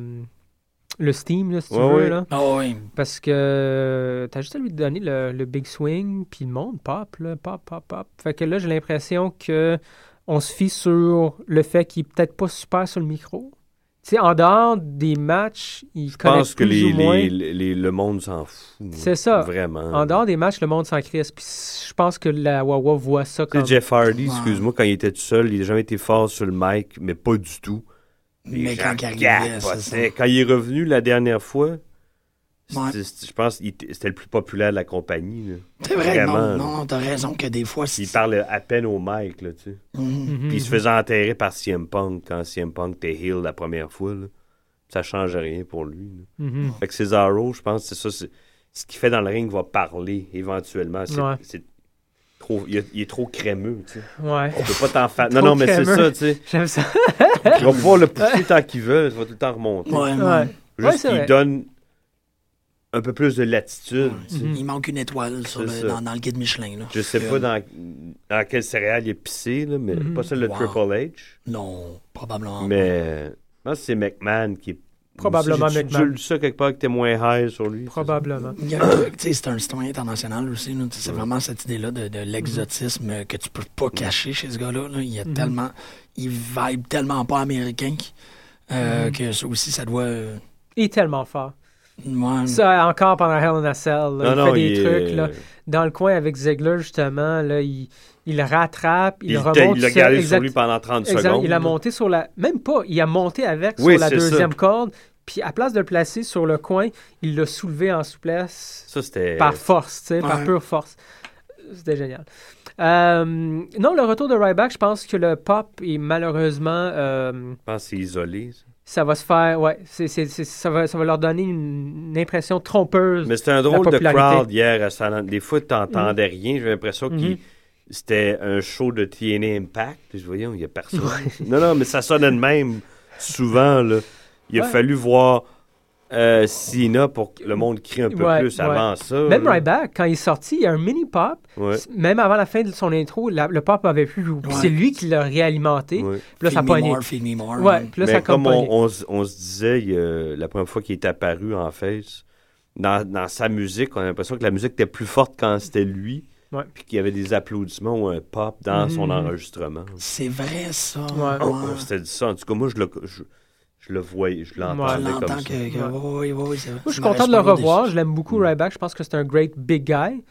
le steam, là, si tu Ouais, veux. ouais. Là, Ah oui. parce que t'as juste à lui donner le, le big swing, puis le monde pop, là, pop, pop, pop. Fait que là, j'ai l'impression que on se fie sur le fait qu'il est peut-être pas super sur le micro. Tu sais, en dehors des matchs, il Je connaît pense que plus les, ou moins. les, les- le monde s'en fout. C'est ça. Vraiment. En dehors des matchs, le monde s'en crisse. Puis je pense que la Wawa voit ça Tu sais, comme... Jeff Hardy, Ouais. excuse-moi, quand il était tout seul, il n'a jamais été fort sur le mic, mais pas du tout. Les Mais gens quand il arrivait, c'est ça. capotaient. Quand il est revenu la dernière fois, Ouais. c'était- c'était- je pense qu'il était- c'était le plus populaire de la compagnie. là. C'est vrai, Vraiment, là. non, non, t'as raison que des fois, c'est... Il parle à peine au mic, là, tu sais. Mhm. Mhm. Puis il se faisait enterrer par C M Punk quand C M Punk était heel la première fois, là. Ça change rien pour lui, là. Mhm. Fait que Cesaro, je pense que c'est ça. c'est- Ce qu'il fait dans le ring va parler éventuellement. C'est, Ouais. c'est trop, il, il est trop crémeux, tu sais. Ouais. Tu peux pas t'en faire. Non, Trop non, mais c'est crémeux. ça, tu sais. J'aime ça. Il va pouvoir le pousser tant qu'il veut. Ça va tout le temps remonter. Ouais, Ouais. ouais. Ouais, Juste c'est qu'il vrai. donne un peu plus de latitude, tu sais. Mhm. Il manque une étoile sur C'est le- ça. dans, dans le guide Michelin. Là. Je sais Euh, pas dans, dans quelle céréale il est pissé, là, mais Mhm. pas celle de Wow. Triple H. Non, probablement. Mais euh, je pense que c'est McMahon qui est. Probablement J'ai- j'ai- McMahon. J'ai lu ça quelque part que t'es moins high sur lui. c'est ça? Probablement. Il y a un truc, tu sais, c'est un citoyen international aussi. là. C'est vraiment cette idée-là de, de l'exotisme que tu peux pas cacher chez ce gars-là. là. Il y a Mhm. tellement. Il vibe tellement pas américain euh, Mhm. que ça aussi, ça doit. euh, Il est tellement fort. ouais. Ça, encore pendant Hell in a Cell, là, Non, il non, fait des il trucs est- là, dans le coin avec Ziggler, justement. Là, il, il le rattrape, il, Il, le t'a- remonte. il l'a sur- gardé exact- sur lui pendant trente exact, secondes. Il a monté sur la... Même pas, il a monté avec Oui, sur la c'est deuxième ça. corde, puis à place de le placer sur le coin, il l'a soulevé en souplesse Ça, c'était. par force, tu sais, par Ouais. pure force. C'était génial. Euh, non, le retour de Ryback, je pense que le pop est malheureusement... euh, Je pense que c'est isolé. ça. ça va se faire... Ouais, c'est, c'est, c'est- ça, va, ça va leur donner une, une impression trompeuse. Mais c'était un drôle de popularité. crowd hier à San Des fois, tu n'entendais rien. J'avais l'impression que Mhm. c'était un show de T N A Impact. Puis je voyais, il n'y a personne. Non, non, mais ça sonnait de même souvent. Là. Il a Ouais. fallu voir euh, Cena pour que le monde crie un peu Ouais, plus ouais. avant ça. Même là. Ryback, quand il est sorti, il y a un mini pop. Ouais, Même avant la fin de son intro, la- le pop avait plus. Puis Ouais. c'est lui qui l'a réalimenté. ouais. Puis là, ça a Feed me pogné. more, feed me more. Ouais, puis là, ça a Mais comme comme on, pogné. on s- on se disait il y a- la première fois qu'il est apparu en face, dans, dans sa musique, on a l'impression que la musique était plus forte quand c'était lui, Ouais. puis qu'il y avait des applaudissements ou un pop dans Mhm. son enregistrement. C'est vrai, ça. Ouais. On, on s'était dit ça. En tout cas, moi, je le, je, je le voyais, je Tu l'entendais Ouais. comme l'entends ça. que. que oui, oui, oui, c'est vrai. Moi, je suis Tu m'aurais content de le super revoir. déçu. Je l'aime beaucoup, Mm. Ryback. Je pense que c'est un great big guy.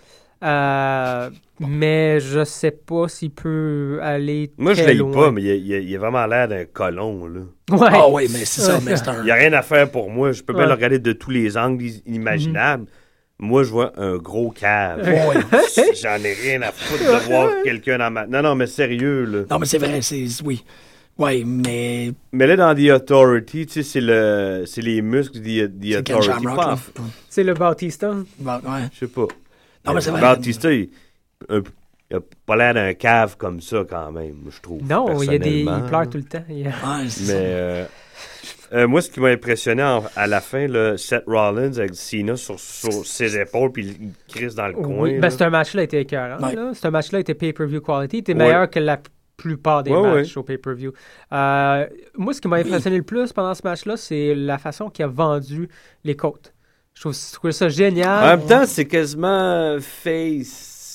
Euh, mais je sais pas s'il peut aller. Moi, je très l'ai loin. pas, mais il a, il a- il a vraiment l'air d'un colon, là. Ouais. Ah oui, mais c'est ça, Ouais. mais c'est un. Il n'y a rien à faire pour moi. Je peux bien Ouais. le regarder de tous les angles imaginables. Moi, je vois un gros cave. Ouais. J'en ai rien à foutre de voir quelqu'un dans ma... Non, non, mais sérieux, là. Non, mais c'est vrai, c'est. Oui. Oui, mais. Mais là, dans The Authority, tu sais, c'est le, c'est les muscles de The, C'est The Ken Authority. Shamrock, Pas là. en- C'est le Bautista. Bon, ouais. Je sais pas. Non, mais c'est vrai. Bautista, il, un- il a pas l'air d'un cave comme ça, quand même, je trouve. Non, il, y a des, il personnellement, pleure là. tout le temps. Il y a- Ouais, c'est Mais ça. euh, euh, moi, ce qui m'a impressionné en- à la fin, là, Seth Rollins avec Cena sur, sur ses épaules, puis il crisse dans le coin. Oui, là. ben, c'est un match-là était écœurant. Ouais. là. C'est un match-là était pay-per-view quality. Il était Ouais. meilleur que la plupart des Ouais, matchs ouais. au pay-per-view. Euh, moi, ce qui m'a impressionné le plus pendant ce match-là, c'est la façon qu'il a vendu les côtes. Je trouve, je trouvais ça En génial. même temps, c'est quasiment face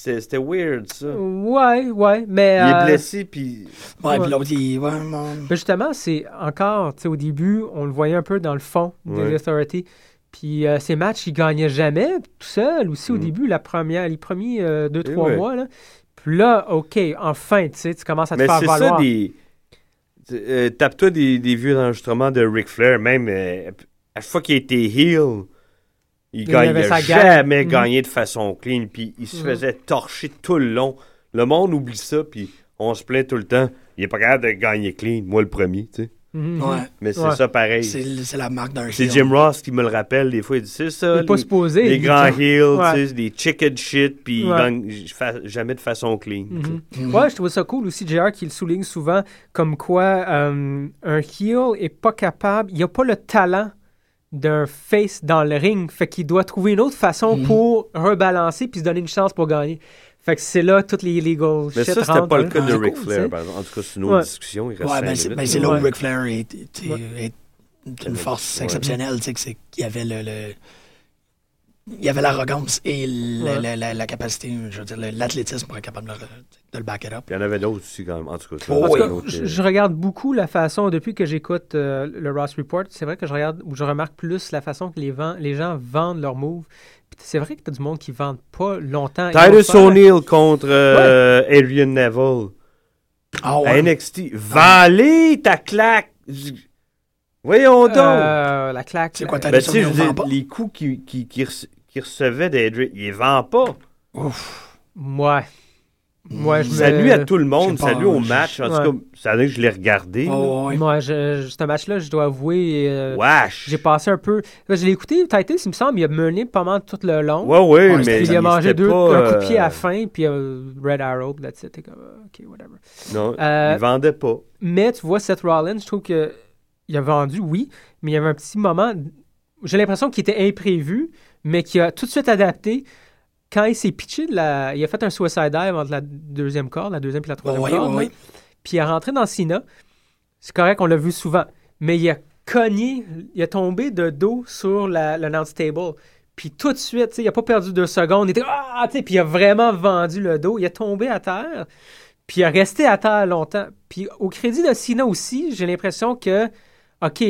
c'était, c'était weird, ça. Ouais, ouais, mais... Il est euh, blessé, puis... Ouais, Ouais. puis l'autre, il... Ouais, non. mais justement, c'est encore, tu sais, au début, on le voyait un peu dans le fond Ouais. des Authority. Puis euh, ces matchs, il gagnait jamais tout seul aussi au Mm. début, la première, les premiers euh, deux, Eh trois ouais. mois. Là. Puis là, OK, enfin, tu sais, tu commences à te Mais faire c'est valoir. ça, des... euh, tape-toi des, des vieux enregistrements de Ric Flair, même euh, à chaque fois qu'il a été heel, il Il gagne, avait il sa a guerre. jamais Mhm. gagné de façon clean, puis il se Mhm. faisait torcher tout le long. Le monde oublie ça, puis on se plaint tout le temps. Il est pas capable de gagner clean, moi le premier, tu sais. Mhm. Ouais. Mais c'est Ouais. ça pareil. C'est, c'est la marque d'un C'est heel. Jim Ross qui me le rappelle des fois. Il dit c'est ça. Il n'est pas les- supposé. Les il grands dit- heels, Ouais. tu sais, des chicken shit, puis ils Ouais. gagnent fa- jamais de façon clean. tu sais. Mhm. Mhm. Ouais, je trouve ça cool aussi, J R, qui le souligne souvent, comme quoi euh, un heel est pas capable, il a pas le talent d'un face dans le ring, fait qu'il doit trouver une autre façon Mhm. pour rebalancer puis se donner une chance pour gagner. Fait que c'est là toutes les legal Mais shit ça, c'était rentrent pas le dans cas de c'est Ric cool, Flair, tu sais. par exemple. En tout cas, c'est une autre Ouais. discussion. Il reste Ouais, cinq ben c'est, minutes, ben c'est mais- là où Ouais. Ric Flair est, est- est- Ouais. est une force Ouais. exceptionnelle, tu sais, que c'est qu'il y avait le, le- il y avait l'arrogance et le- Ouais. la, la- la capacité, je veux dire, le- l'athlétisme pour être capable de le, de le back it up. Puis il y en avait d'autres aussi, quand même. En tout cas, ça, Oh, En tout c'est cas, une autre, je, euh, je regarde beaucoup la façon, depuis que j'écoute euh, le Ross Report, c'est vrai que je regarde, ou je remarque plus la façon que les, vend- les gens vendent leurs moves. Puis c'est vrai que t'as du monde qui ne vendent pas longtemps. Ils vont Titus faire- O'Neil contre euh, Adrian Neville. Ah À ouais. N X T. Vends-les, ta claque! Voyons donc! Euh, la claque. C'est quoi, la- t'as Ben, dit tu ça, sais, mais je on veux dire, vend pas? les coups qu'il qui, qui, rece- qu'il recevait d'Adrian, il les vend pas. Ouais. Moi, je me... Ça nuit à tout le monde, je sais ça pas, nuit au je- match. En ouais. tout cas, ça nuit que je l'ai regardé. Oh, ouais. Moi, je, ce match-là, je dois avouer, euh, Wesh! j'ai passé un peu... Je l'ai écouté, Titus, il me semble, il a mené pas mal tout le long. Ouais, ouais, Ouais, mais. c'était- Puis il a mangé c'était deux, pas, un coup de pied à euh, la fin, puis euh, Red Arrow, puis that's it. T'es comme, euh, OK, whatever. Non, Euh, il vendait pas. Mais tu vois, Seth Rollins, je trouve que il a vendu, oui, mais il y avait un petit moment, j'ai l'impression qu'il était imprévu, mais qu'il a tout de suite adapté. Quand il s'est pitché, de la... il a fait un suicide dive entre la deuxième corde, la deuxième puis la troisième Ouais, corde. ouais, là. ouais. Puis il est rentré dans Cena. C'est correct, on l'a vu souvent. Mais il a cogné, il a tombé de dos sur la, l'announce table. Puis tout de suite, tu sais, il n'a pas perdu deux secondes. Il était ah, tu sais, puis il a vraiment vendu le dos. Il est tombé à terre. Puis il a resté à terre longtemps. Puis au crédit de Cena aussi, j'ai l'impression que, OK,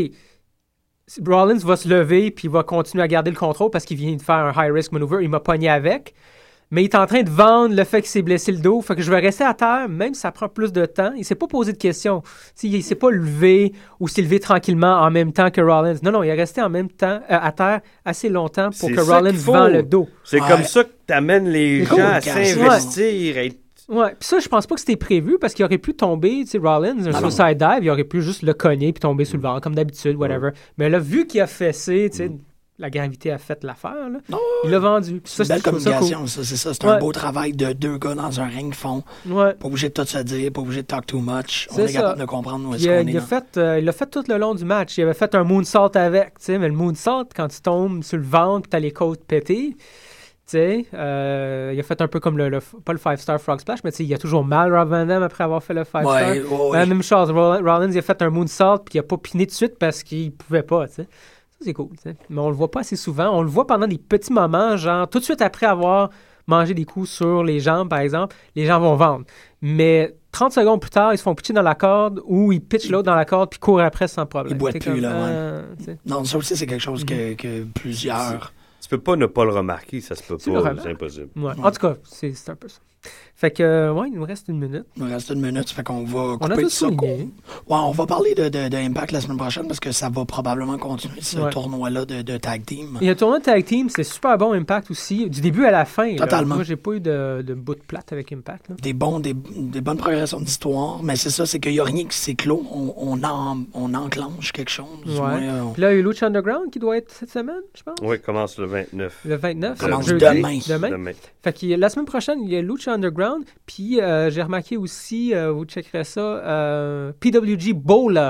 Rollins va se lever puis il va continuer à garder le contrôle parce qu'il vient de faire un high-risk maneuver. Il m'a pogné avec. Mais il est en train de vendre le fait qu'il s'est blessé le dos. Fait que je vais rester à terre, même si ça prend plus de temps. Il s'est pas posé de questions. T'sais, il s'est pas levé ou s'est levé tranquillement en même temps que Rollins. Non, non, il est resté en même temps euh, à terre assez longtemps pour C'est que ça Rollins qu'il faut. vend le dos. C'est Ouais. comme ça que t'amènes les C'est gens cool, à Cass. s'investir. et- Ouais, puis ça, je pense pas que c'était prévu parce qu'il aurait pu tomber, tu sais, Rollins, un Non, non. suicide dive, il aurait pu juste le cogner puis tomber sur le ventre, comme d'habitude, whatever. Mais là, vu qu'il a fessé, tu sais, la gravité a fait l'affaire, là, il l'a vendu. Puis ça, C'est une belle je trouve ça communication, ça, c'est ça. C'est Ouais. un beau travail de deux gars dans un ring fond. cool. Ouais. Pas obligé de tout se dire, pas obligé de talk too much. On C'est est ça. capable de comprendre où est-ce Il a, qu'on est. il a dans- fait, euh, il l'a fait tout le long du match. Il avait fait un moonsault avec, tu sais, mais le moonsault, quand tu tombes sur le ventre, t'as les côtes pétées, tu sais, euh, il a fait un peu comme le, le- pas le five-star frog splash, mais tu sais, il a toujours mal Rob Van Dam après avoir fait le five-star. Ouais, ouais, ouais. La même chose, Roll- Rollins, il a fait un moonsault puis il a pas piné tout de suite parce qu'il pouvait pas, tu sais. Ça, c'est cool, tu sais. Mais on le voit pas assez souvent. On le voit pendant des petits moments, genre tout de suite après avoir mangé des coups sur les jambes, par exemple, les gens vont vendre. Mais trente secondes plus tard, ils se font pitcher dans la corde ou ils pitchent l'autre dans la corde puis courent après sans problème. Ils boitent T'es plus, comme, là, ouais. euh, tu sais. Non, ça aussi, c'est quelque chose que, que plusieurs. Tu peux pas ne pas le remarquer, ça se peut Tu le pas. remarques. C'est impossible. Ouais. En tout cas, c'est c'est un peu ça. Fait que, euh, ouais, il nous reste une minute. Il nous reste une minute, ça fait qu'on va On a couper tout ça. souligné. Ouais, on va parler de, de, de Impact la semaine prochaine parce que ça va probablement continuer ce Ouais. tournoi-là de, de tag team. Il y a un tournoi de tag team, c'est super bon Impact aussi, du début à la fin. là. Totalement. Moi, j'ai pas eu de, de bout de plate avec Impact. Là. Des, bons, des, des bonnes progressions d'histoire, mais c'est ça, c'est qu'il n'y a rien qui s'est clos. On, on, en, on enclenche quelque chose. Du Ouais. moins, euh, on- Puis là, il y a eu Lucha Underground qui doit être cette semaine, je pense. Oui, commence le vingt-neuf. Le vingt-neuf. Commence jeudi. demain. Demain. Demain. Fait que la semaine prochaine, il y a Lucha Underground. Puis euh, j'ai remarqué aussi, euh, vous checkerez ça, euh, P W G Bowler.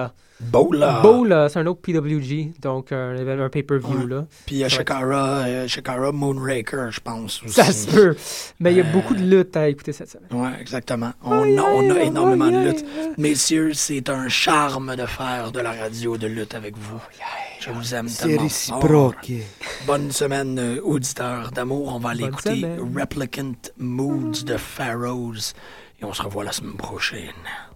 Bola. Bola, c'est un autre P W G, donc un, un pay-per-view. Ouais. Là. Puis il y a Ça va Shakara, euh, Shakara Moonraker, je pense. Aussi. Ça se peut. Mais il y a Euh, beaucoup de luttes à écouter cette semaine. Oui, exactement. On, a, on a énormément de lutte. Messieurs, c'est un charme de faire de la radio de lutte avec vous. Je vous aime C'est tellement réciproque. fort. Bonne semaine, euh, auditeurs d'amour. On va aller Bonne écouter semaine. Replicant Moods de Pharaohs. Et on se revoit la semaine prochaine.